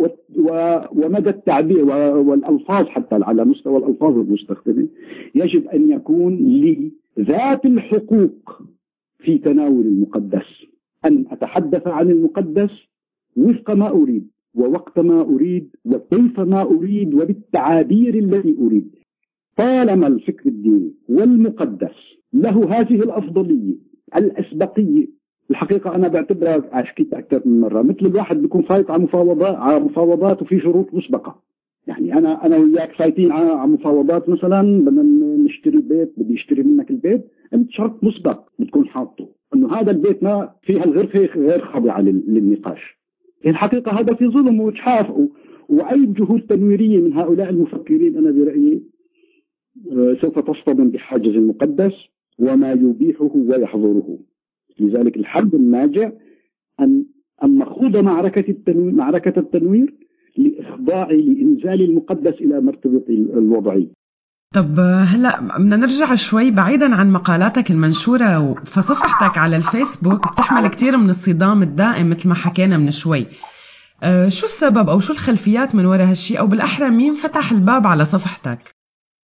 ومدى التعبير والألفاظ حتى على مستوى الألفاظ المستخدمة، يجب أن يكون لي ذات الحقوق في تناول المقدس، أن أتحدث عن المقدس وفق ما أريد ووقت ما أريد وكيف ما أريد وبالتعابير التي أريد، طالما الفكر الديني والمقدس له هذه الأفضلية الأسبقية. الحقيقة أنا بعتبرها، حكيت أكثر من مرة، مثل الواحد بيكون فايت على مفاوضات على مفاوضات وفي شروط مسبقة. يعني أنا أنا وياك فايتين على مفاوضات، مثلا بدنا نشتري بيت، بدي اشتري منك البيت، أنت شرط مسبق بتكون حاطه إنه هذا البيت ما فيها الغرفة غير خاضعة للنقاش. الحقيقة هذا في ظلم وإجحاف، وأي جهود تنويرية من هؤلاء المفكرين أنا برأيي سوف تصطدم بحاجز المقدس وما يبيحه ويحظره. لذلك الحل الناجع أن أن نخوض معركة التنوير معركة التنوير لإخضاع لإنزال المقدس إلى مرتبة الوضعي. طب هلا بدنا نرجع شوي بعيدا عن مقالاتك المنشورة، فصفحتك على الفيسبوك بتحمل كتير من الصدام الدائم مثل ما حكينا من شوي. أه شو السبب أو شو الخلفيات من وراء هالشي، أو بالأحرى مين فتح الباب على صفحتك؟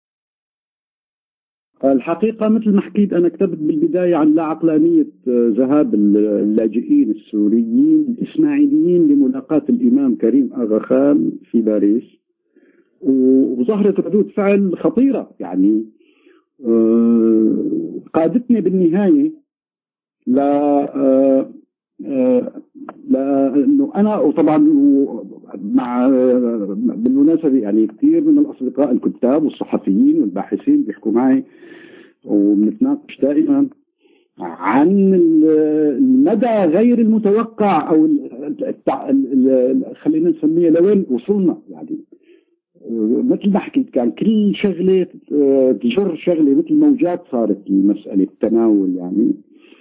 الحقيقة مثل ما حكيت أنا كتبت بالبداية عن لا عقلانية ذهاب اللاجئين السوريين الإسماعيليين لملاقاة الإمام كريم آغا خان في باريس، وظهرت ردود فعل خطيرة يعني قادتني بالنهاية لا لأنه أنا، وطبعا مع بالمناسبة يعني كثير من الأصدقاء الكتاب والصحفيين والباحثين بيحكوا معي وبنتناقش دائما عن المدى غير المتوقع أو خلينا نسميه لوين وصلنا. يعني مثل ما حكيت كان كل شغلة تجر شغلة مثل موجات صارت المسألة التناول. يعني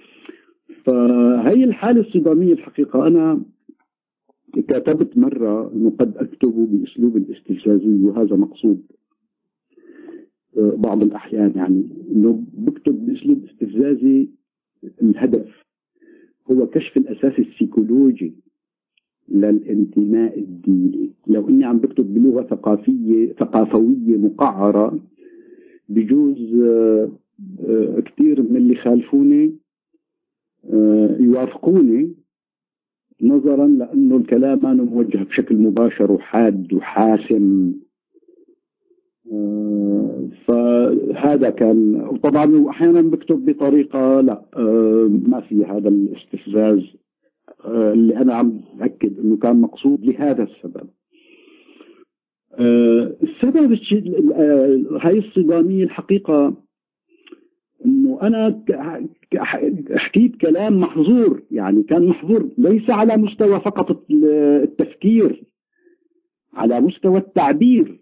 فهي الحالة الصدامية. الحقيقة أنا كتبت مرة أنه قد أكتب بأسلوب الاستفزازي، وهذا مقصود بعض الأحيان، يعني أنه بكتب بأسلوب استفزازي. الهدف هو كشف الأساس السيكولوجي للانتماء الديني. لو أني عم بكتب بلغة ثقافية ثقافوية مقعرة بجوز كتير من اللي خالفوني يوافقوني نظرا لأنه الكلام أنا موجه بشكل مباشر وحاد وحاسم. آه فهذا كان، وطبعا أحيانا بكتب بطريقة لا آه ما في هذا الاستفزاز آه اللي أنا عم أكد أنه كان مقصود لهذا السبب. آه السبب الشيء آه هاي الصدامية الحقيقة انه انا حكيت كلام محظور، يعني كان محظور ليس على مستوى فقط التفكير، على مستوى التعبير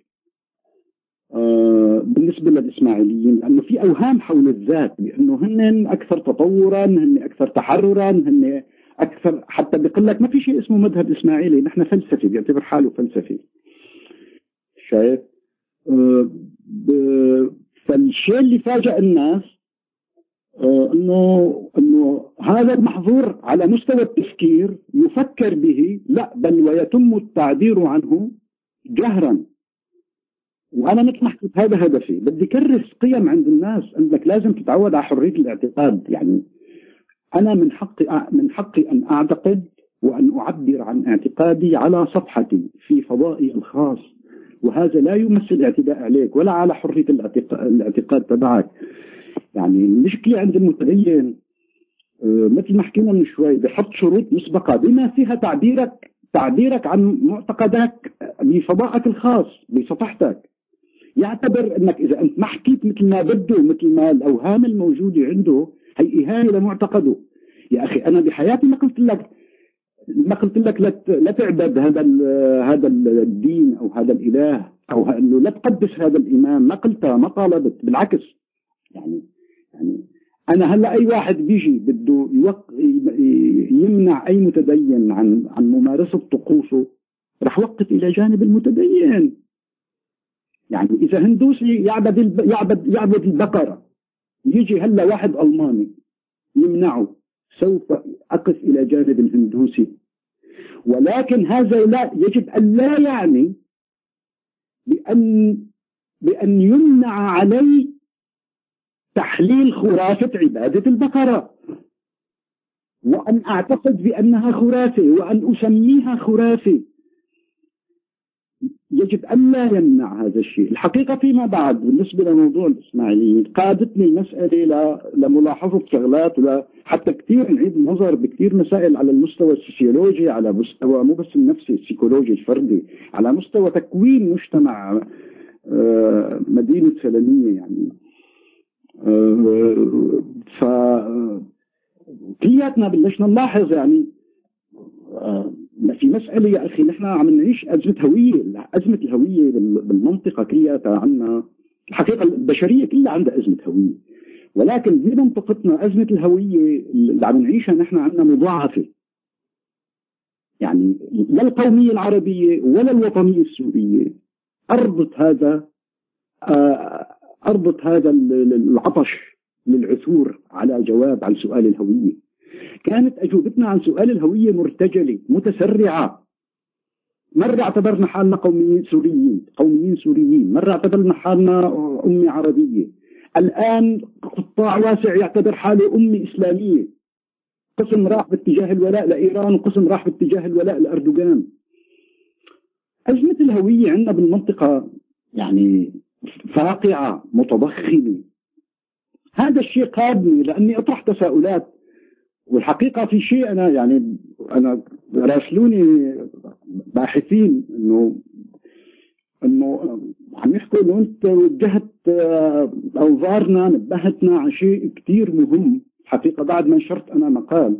آه بالنسبة للإسماعيليين، لأنه في أوهام حول الذات بأنه هن أكثر تطورا، هن أكثر تحررا، هن أكثر، حتى بيقول لك ما في شيء اسمه مذهب إسماعيلي، نحن فلسفي، بيعتبر حاله فلسفي. شايف؟ آه فالشيء اللي فاجأ الناس آه انه انه هذا المحظور على مستوى التفكير يفكر به، لا بل ويتم التعبير عنه جهرا. وانا مثل ما حكيت هذا هدفي، بدي كرس قيم عند الناس، انك لازم تتعود على حرية الاعتقاد. يعني انا من حقي من حقي ان اعتقد وان اعبر عن اعتقادي على صفحتي في فضائي الخاص، وهذا لا يمثل اعتداء عليك ولا على حرية الاعتقاد تبعك. يعني المشكلة عند المتدين مثل ما حكينا من شوي بحط شروط مسبقة بما فيها تعبيرك تعبيرك عن معتقدك بفضائك الخاص بصفحتك. يعتبر انك اذا انت ما حكيت مثل ما بده، مثل ما الاوهام الموجودة عنده، هي اهانة لمعتقده. يا اخي انا بحياتي ما قلت لك ما قلت لك لا تعبد هذا هذا الدين او هذا الاله، او انه لا تقدس هذا الامام، ما قلتها، ما طالبت، بالعكس. يعني يعني انا هلا اي واحد بيجي بده يوق... يمنع اي متدين عن عن ممارسه طقوسه، رح وقف الى جانب المتدين. يعني اذا هندوسي يعبد الب... يعبد يعبد البقره، يجي هلا واحد الماني يمنعه، سوف اقف الى جانب الهندوسي. ولكن هذا لا يجب ان لا يعني بان بان يمنع علي تحليل خرافة عبادة البقرة، وأن أعتقد بأنها خرافة وأن أسميها خرافة. يجب أن لا يمنع هذا الشيء. الحقيقة فيما بعد بالنسبة لموضوع الإسماعيليين قادتني المسألة لملاحظة شغلات، ولا حتى كثير نعيد النظر بكثير مسائل على المستوى السوسيولوجي، على مستوى مو بس النفسي، السيكولوجي الفردي، على مستوى تكوين مجتمع مدينة سلمية. يعني ف كلياتنا بلشنا نلاحظ يعني في مسألة يا أخي، نحن عم نعيش أزمة هوية. أزمة الهوية بالمنطقة كلياتها عنا، الحقيقة البشرية كلها عندها أزمة هوية، ولكن بمنطقتنا أزمة الهوية اللي عم نعيشها نحن عنا مضاعفة. يعني لا القومية العربية ولا الوطنية السورية أرضت هذا أرضت هذا العطش للعثور على جواب عن سؤال الهوية. كانت أجوبتنا عن سؤال الهوية مرتجلة متسرعة. مرة اعتبرنا حالنا قوميين سوريين قوميين سوريين مرة اعتبرنا حالنا أمة عربية. الآن قطاع واسع يعتبر حاله أمة إسلامية. قسم راح باتجاه الولاء لإيران وقسم راح باتجاه الولاء لأردوغان. أزمة الهوية عندنا بالمنطقة يعني فاقعة متضخمة. هذا الشيء قادني لأني أطرح تساؤلات. والحقيقة في شيء أنا يعني أنا راسلوني باحثين إنه إنه عم يحكوا إنه أنت وجهت أنظارنا نبهتنا عن شيء كتير مهم. حقيقة بعد ما نشرت أنا مقال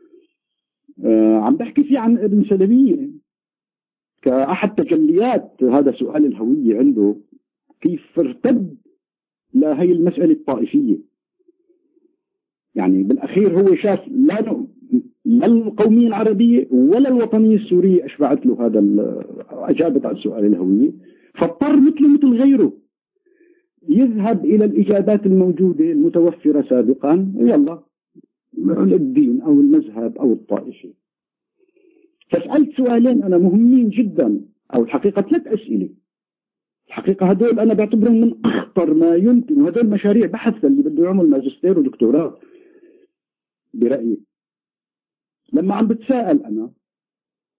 عم بحكي فيه عن ابن سلمية كأحد تجليات هذا سؤال الهوية عنده، كيف ارتد لهي المسألة الطائفية. يعني بالأخير هو شاف لا لا القومية العربية ولا الوطنية السورية أشبعت له هذا أجابت على سؤال الهوية، فاضطر مثله مثل غيره يذهب إلى الإجابات الموجودة المتوفرة سابقا، يلا الدين أو المذهب أو الطائفة. فسألت سؤالين أنا مهمين جدا، أو الحقيقة ثلاث أسئلة. الحقيقة هدول أنا بعتبرهم من أخطر ما يمكن، وهدول مشاريع بحث اللي بده يعمل ماجستير ودكتوراه برأيي. لما عم بتساءل أنا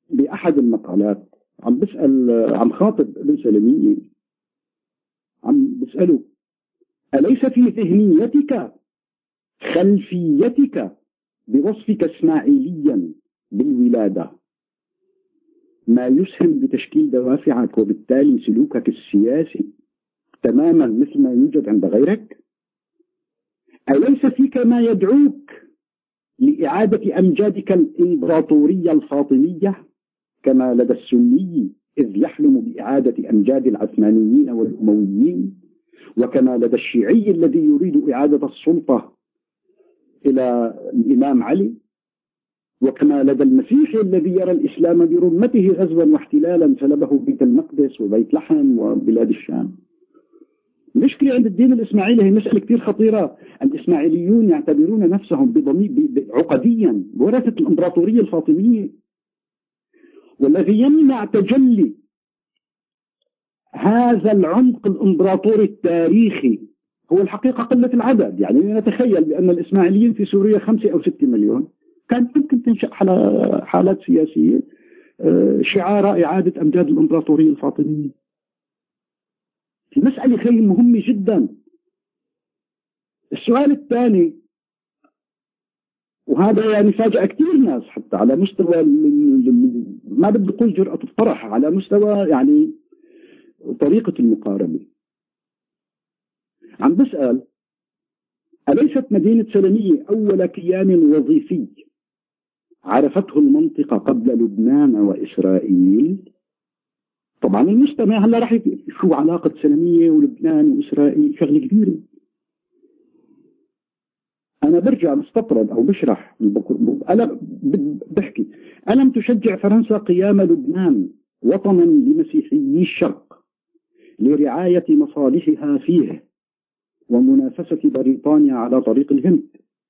بأحد المقالات عم بسأل عم خاطب ابن سلمية، عم بسأله: أليس في ذهنيتك خلفيتك بوصفك إسماعيليا بالولادة ما يسهم بتشكيل دوافعك وبالتالي سلوكك السياسي تماما مثل ما يوجد عند غيرك؟ أليس فيك ما يدعوك لإعادة أمجادك الإمبراطورية الفاطمية كما لدى السني إذ يحلم بإعادة أمجاد العثمانيين والأمويين، وكما لدى الشيعي الذي يريد إعادة السلطة إلى الإمام علي، وكما لدى المسيحي الذي يرى الإسلام برمته غزوا واحتلالا سلبه بيت المقدس وبيت لحم وبلاد الشام. المشكلة عند الدين الإسماعيلي هي مسألة كثير خطيرة. الإسماعيليون يعتبرون نفسهم بضمير عقديا ورثة الإمبراطورية الفاطمية، والذي يمنع تجلي هذا العمق الإمبراطوري التاريخي هو الحقيقة قلة العدد. يعني نتخيل بأن الإسماعيليين في سوريا خمسة أو ستة مليون، كان ممكن تنشأ حالات سياسية شعار إعادة أمجاد الإمبراطورية الفاطمية. المسألة خير مهمة جدا. السؤال الثاني، وهذا يعني فاجأ كثير ناس حتى على مستوى ما بدي أقول جرأة الطرح، على مستوى يعني طريقة المقاربة. عم بسأل: أليست مدينة سلمية أول كيان وظيفي عرفته المنطقة قبل لبنان وإسرائيل؟ طبعا المستمع هلا راح شو علاقة سلمية ولبنان وإسرائيل، شغلة كبيرة. أنا برجع بستطرد أو بشرح، أنا بحكي: ألم تشجع فرنسا قيام لبنان وطنا لمسيحيي الشرق لرعاية مصالحها فيه ومنافسة بريطانيا على طريق الهند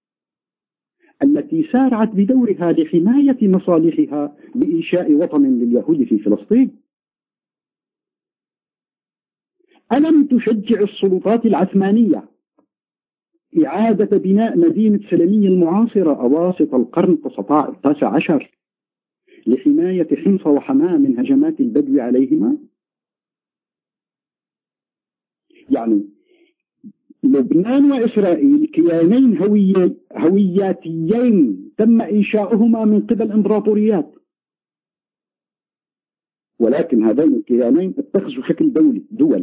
التي سارعت بدورها لحماية مصالحها بإنشاء وطن لليهود في فلسطين؟ ألم تشجع السلطات العثمانية إعادة بناء مدينة سلمية المعاصرة أواسط القرن التاسع عشر لحماية حمص وحماة من هجمات البدو عليهما؟ يعني لبنان وإسرائيل كيانين هوي... هوياتيين تم إنشاؤهما من قبل إمبراطوريات، ولكن هذين الكيانين اتخذوا شكل دولي دول.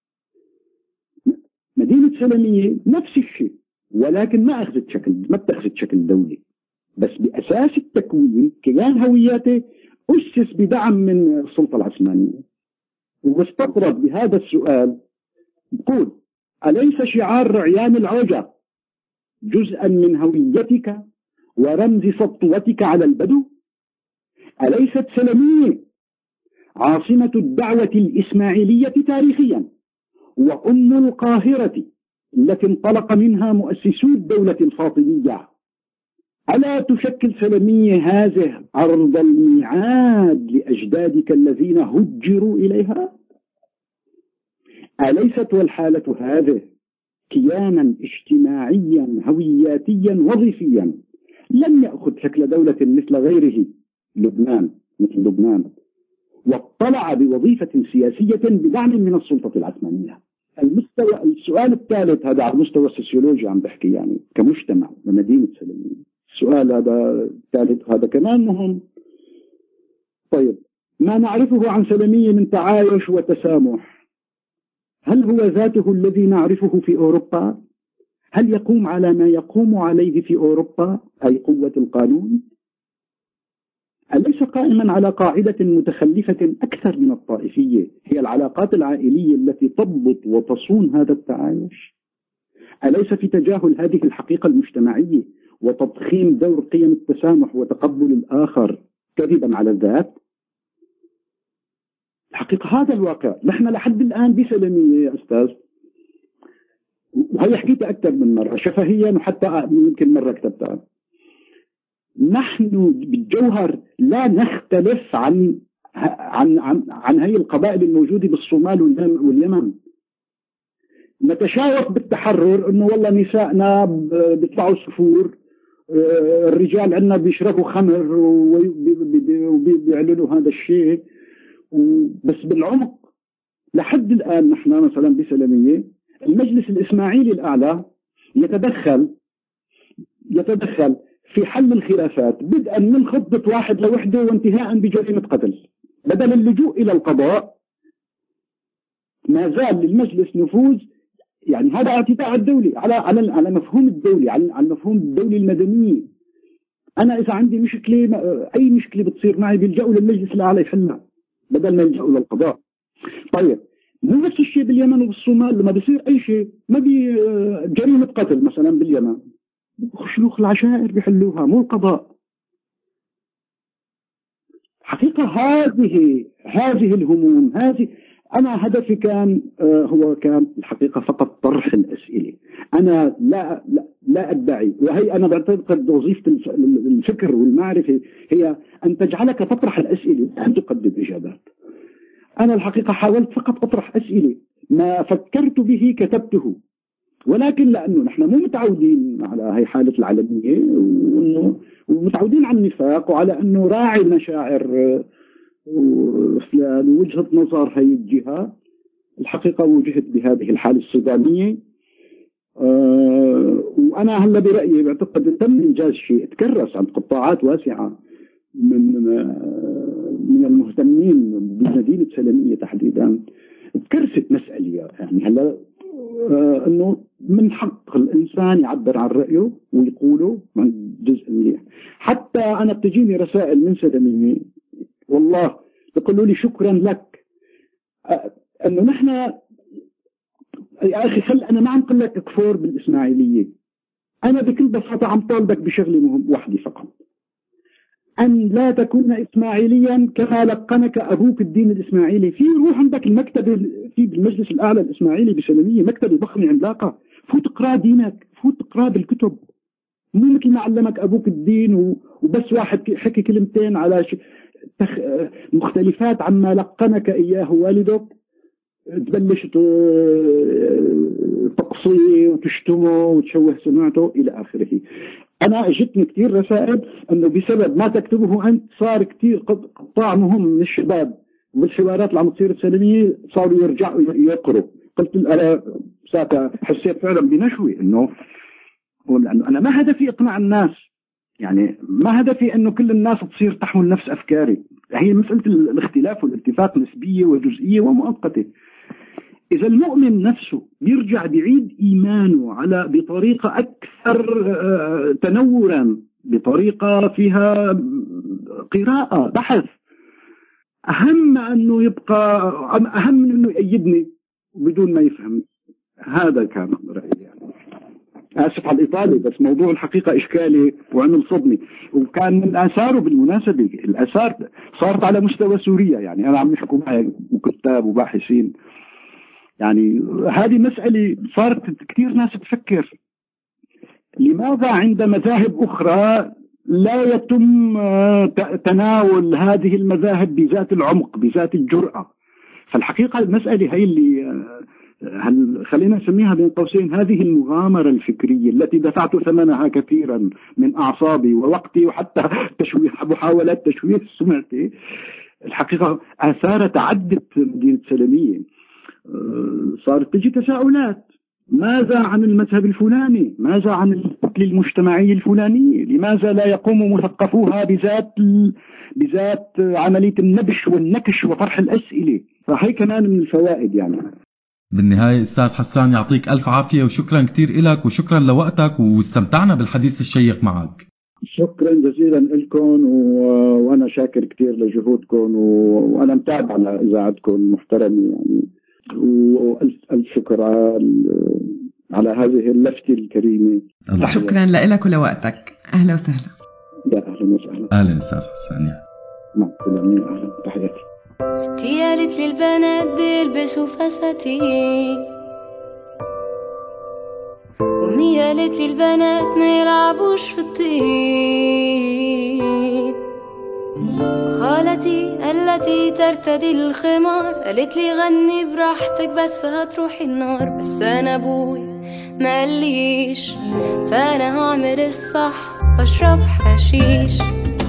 مدينة سلمية نفس الشيء، ولكن ما أخذت شكل ما اتخذت شكل دولي، بس بأساس التكوين كيان هوياته أسس بدعم من السلطة العثمانية. واستطرد بهذا السؤال بقول: أليس شعار رعيان العوجة جزءا من هويتك ورمز سطوتك على البدو؟ أليست سلمية عاصمة الدعوة الإسماعيلية تاريخيا وأم القاهرة التي انطلق منها مؤسسو الدولة الفاطمية؟ ألا تشكل سلمية هذه أرض الميعاد لأجدادك الذين هجروا إليها؟ أليست والحالة هذه كيانا اجتماعيا هوياتيا وظيفيا لم يأخذ شكل دولة مثل غيره لبنان مثل لبنان واطلع بوظيفة سياسية بدعم من السلطة العثمانية؟ المستوى السؤال الثالث هذا على المستوى السوسيولوجي عم بحكي يعني كمجتمع ومدينة سلمية. السؤال هذا الثالث هذا كمان مهم. طيب، ما نعرفه عن سلمية من تعايش وتسامح هل هو ذاته الذي نعرفه في أوروبا؟ هل يقوم على ما يقوم عليه في أوروبا أي قوة القانون؟ أليس قائما على قاعدة متخلفة أكثر من الطائفية هي العلاقات العائلية التي تضبط وتصون هذا التعايش؟ أليس في تجاهل هذه الحقيقة المجتمعية وتضخيم دور قيم التسامح وتقبل الآخر كذبا على الذات؟ الحقيقة هذا الواقع. نحن لحد الآن بسلمية يا أستاذ، وهي حكيتها أكثر من مرة شفهيا وحتى يمكن مرة كتبتها، نحن بالجوهر لا نختلف عن عن عن, عن هي القبائل الموجودة بالصومال واليمن. نتشاور بالتحرر انه والله نسائنا بيطلعوا صفور الرجال عندنا بيشربوا خمر وبيعلنوا هذا الشيء، بس بالعمق لحد الآن نحن مثلا بسلمية المجلس الإسماعيلي الأعلى يتدخل يتدخل في حل الخلافات بدءا من خطة واحد لوحده وانتهاء بجريمة قتل. بدل اللجوء إلى القضاء ما زال للمجلس نفوذ، يعني هذا اعتداء الدولي على على على مفهوم الدولي، على على مفهوم الدولي المدني. أنا إذا عندي مشكلة، أي مشكلة بتصير معي بيلجأوا للمجلس الأعلى يحلها بدل ما يلجأوا للقضاء. طيب مو نفس الشيء باليمن وبالصومال، لما بيصير أي شيء ما بي جريمة قتل مثلا باليمن شيوخ العشائر بيحلوها مو القضاء. حقيقة هذه هذه الهموم هذه أنا هدفي كان هو كان الحقيقة فقط طرح الأسئلة. أنا لا لا, لا أدعي، وهي أنا بعتقد وظيفة الفكر والمعرفة هي أن تجعلك تطرح الأسئلة أن تقدم إجابات. أنا الحقيقة حاولت فقط أطرح أسئلة، ما فكرت به كتبته، ولكن لأنه نحن مو متعودين على هاي حالة العلمية ومتعودين على النفاق وعلى أنه راعي مشاعر فلان ووجهة نظر هاي الجهة، الحقيقة وجهت بهذه الحالة الصدامية. أه وأنا هلا برأيي بعتقد تم إنجاز شيء تكرس عند قطاعات واسعة من من المهتمين بمدينة سلمية تحديدا. تكرست مسألة يعني هلا أه انه من حق الانسان يعبر عن رأيه ويقوله من جزء منيح. حتى انا بتجيني رسائل من سلمية والله بيقولوا لي شكرا لك، أه انه نحن يا اخي خل انا ما عم قل لك كفور بالاسماعيلية، انا بكل بساطة عم طالبك بشغلة مهم واحدة فقط، أن لا تكون إسماعيليا كما لقنك أبوك الدين الإسماعيلي. في روح عندك المكتب في بالمجلس الأعلى الإسماعيلي بسلمية مكتب ضخم عملاقة، فوت اقرأ دينك، فوت اقرأ بالكتب، مو مثل ما علمك أبوك الدين وبس واحد حكي كلمتين على تخ... مختلفات عما لقنك إياه والدك تبلش تقصيه وتشتمه وتشوه سمعته إلى آخره. أنا اجتني كثير رسائل أنه بسبب ما تكتبه أنت صار كثير قطاع مهم من الشباب بالحوارات اللي عم تصير السلمية صاروا يرجعوا يقروا. قلت أنا ساعتها حسيت فعلا بنشوي إنه لأنه أنا ما هدفي إقناع الناس، يعني ما هدفي إنه كل الناس تصير تحمل نفس أفكاري. هي مسألة الاختلاف والاتفاق نسبية وجزئية ومؤقتة. إذا المؤمن نفسه بيرجع بعيد إيمانه على بطريقة أكثر تنورا، بطريقة فيها قراءة بحث، أهم أنه يبقى أهم من أنه يأيدني بدون ما يفهم. هذا كان رأيي يعني. آسف على الإطالة بس موضوع الحقيقة إشكالي وعمل صدمة، وكان من آثاره بالمناسبة الآثار صارت على مستوى سوريا. يعني أنا عم يحكوا معي كتاب وباحثين، يعني هذه مسألة صارت كثير ناس تفكر لماذا عند مذاهب أخرى لا يتم تناول هذه المذاهب بذات العمق بذات الجرأة. فالحقيقة المسألة هي اللي هل خلينا نسميها بين قوسين هذه المغامرة الفكرية التي دفعت ثمنها كثيرا من أعصابي ووقتي وحتى تشويه محاولات تشويه سمعتي، الحقيقة آثارها تعدت مدينة سلمية. صارت تجي تساؤلات، ماذا عن المذهب الفلاني؟ ماذا عن الكتلة المجتمعية الفلانية؟ لماذا لا يقوم مثقفوها بذات بذات عملية النبش والنكش وطرح الأسئلة؟ فهي كمان من الفوائد. يعني بالنهاية أستاذ حسان يعطيك ألف عافية وشكرا كتير إلك وشكرا لوقتك، واستمتعنا بالحديث الشيق معك. شكرا جزيلا لكم و... وأنا شاكر كتير لجهودكم و... وأنا متابع على إذاعتكم المحترمة يعني، وألف شكر على هذه اللفتة الكريمة. شكرا لك ولوقتك. أهلا وسهلا. يا أهلا وسهلا. أهلا أستاذ حسان. مع السلامة. أهلا تحياتي. ستي قالت لي البنات بيلبسوا فساتين، ومي قالت لي البنات ما يلعبوش في الطين، خالتي قالتي ترتدي الخمار، قالت لي غني براحتك بس هتروحي النار. بس انا ابوي ما قاليش، فانا هعمل الصح واشرب حشيش.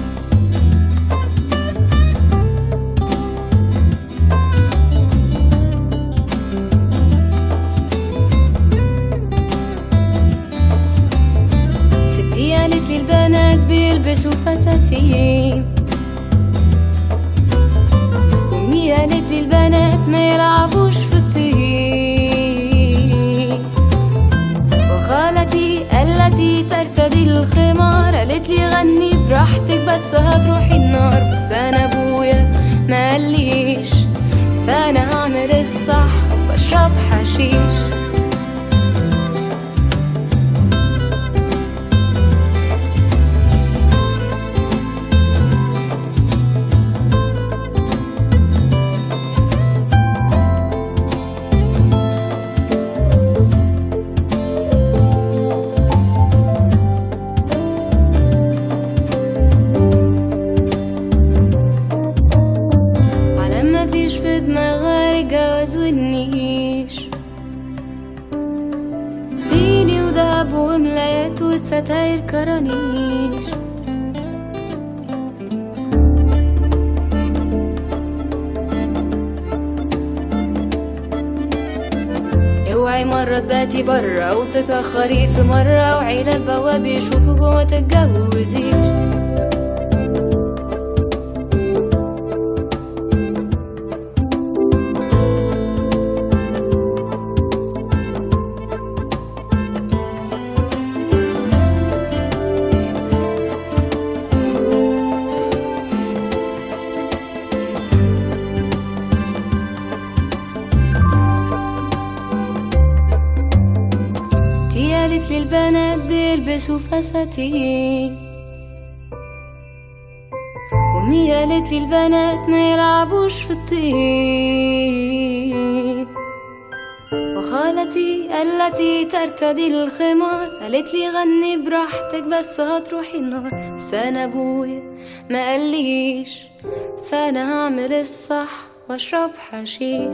ستي قالت لي البنات بيلبسوا فساتين، وامي قالت لي البنات ما يلعبوش في الطين، وخالتي التي ترتدي الخمار قالت لي غني براحتك بس هتروحي النار. بس انا ابويا ما قاليش، فانا هعمل الصح واشرب حشيش. صيني وذهب وملايات والستاير كرانيش، اوعي مرة تباتي برا وتتأخري في مرة، وعيلة البواب يشوفوك وما تتجوزيش. قالت لي البنات بيلبسوا فساتين، وامي قالت لي البنات ما يلعبوش في الطين، وخالتي التي ترتدي الخمار قالت لي غني براحتك بس هتروحي النار. بس انا ابويا ما قاليش، فانا هعمل الصح واشرب حشيش.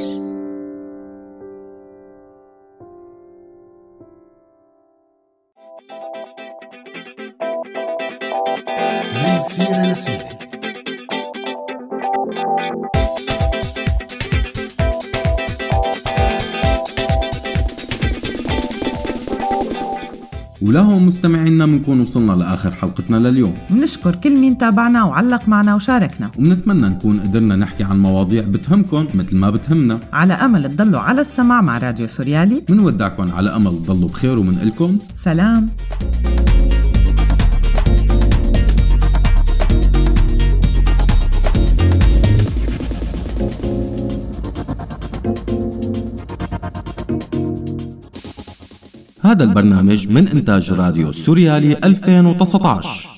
من سيرة لسيرة. ولهم مستمعينا بنكون وصلنا لآخر حلقتنا لليوم. بنشكر كل مين تابعنا وعلق معنا وشاركنا، وبنتمنى نكون قدرنا نحكي عن مواضيع بتهمكن مثل ما بتهمنا. على أمل تضلوا على السماع مع راديو سوريالي. منودعكن على أمل تضلوا بخير ومنقلكم سلام. هذا البرنامج من إنتاج راديو سوريالي ألفين وتسعة عشر.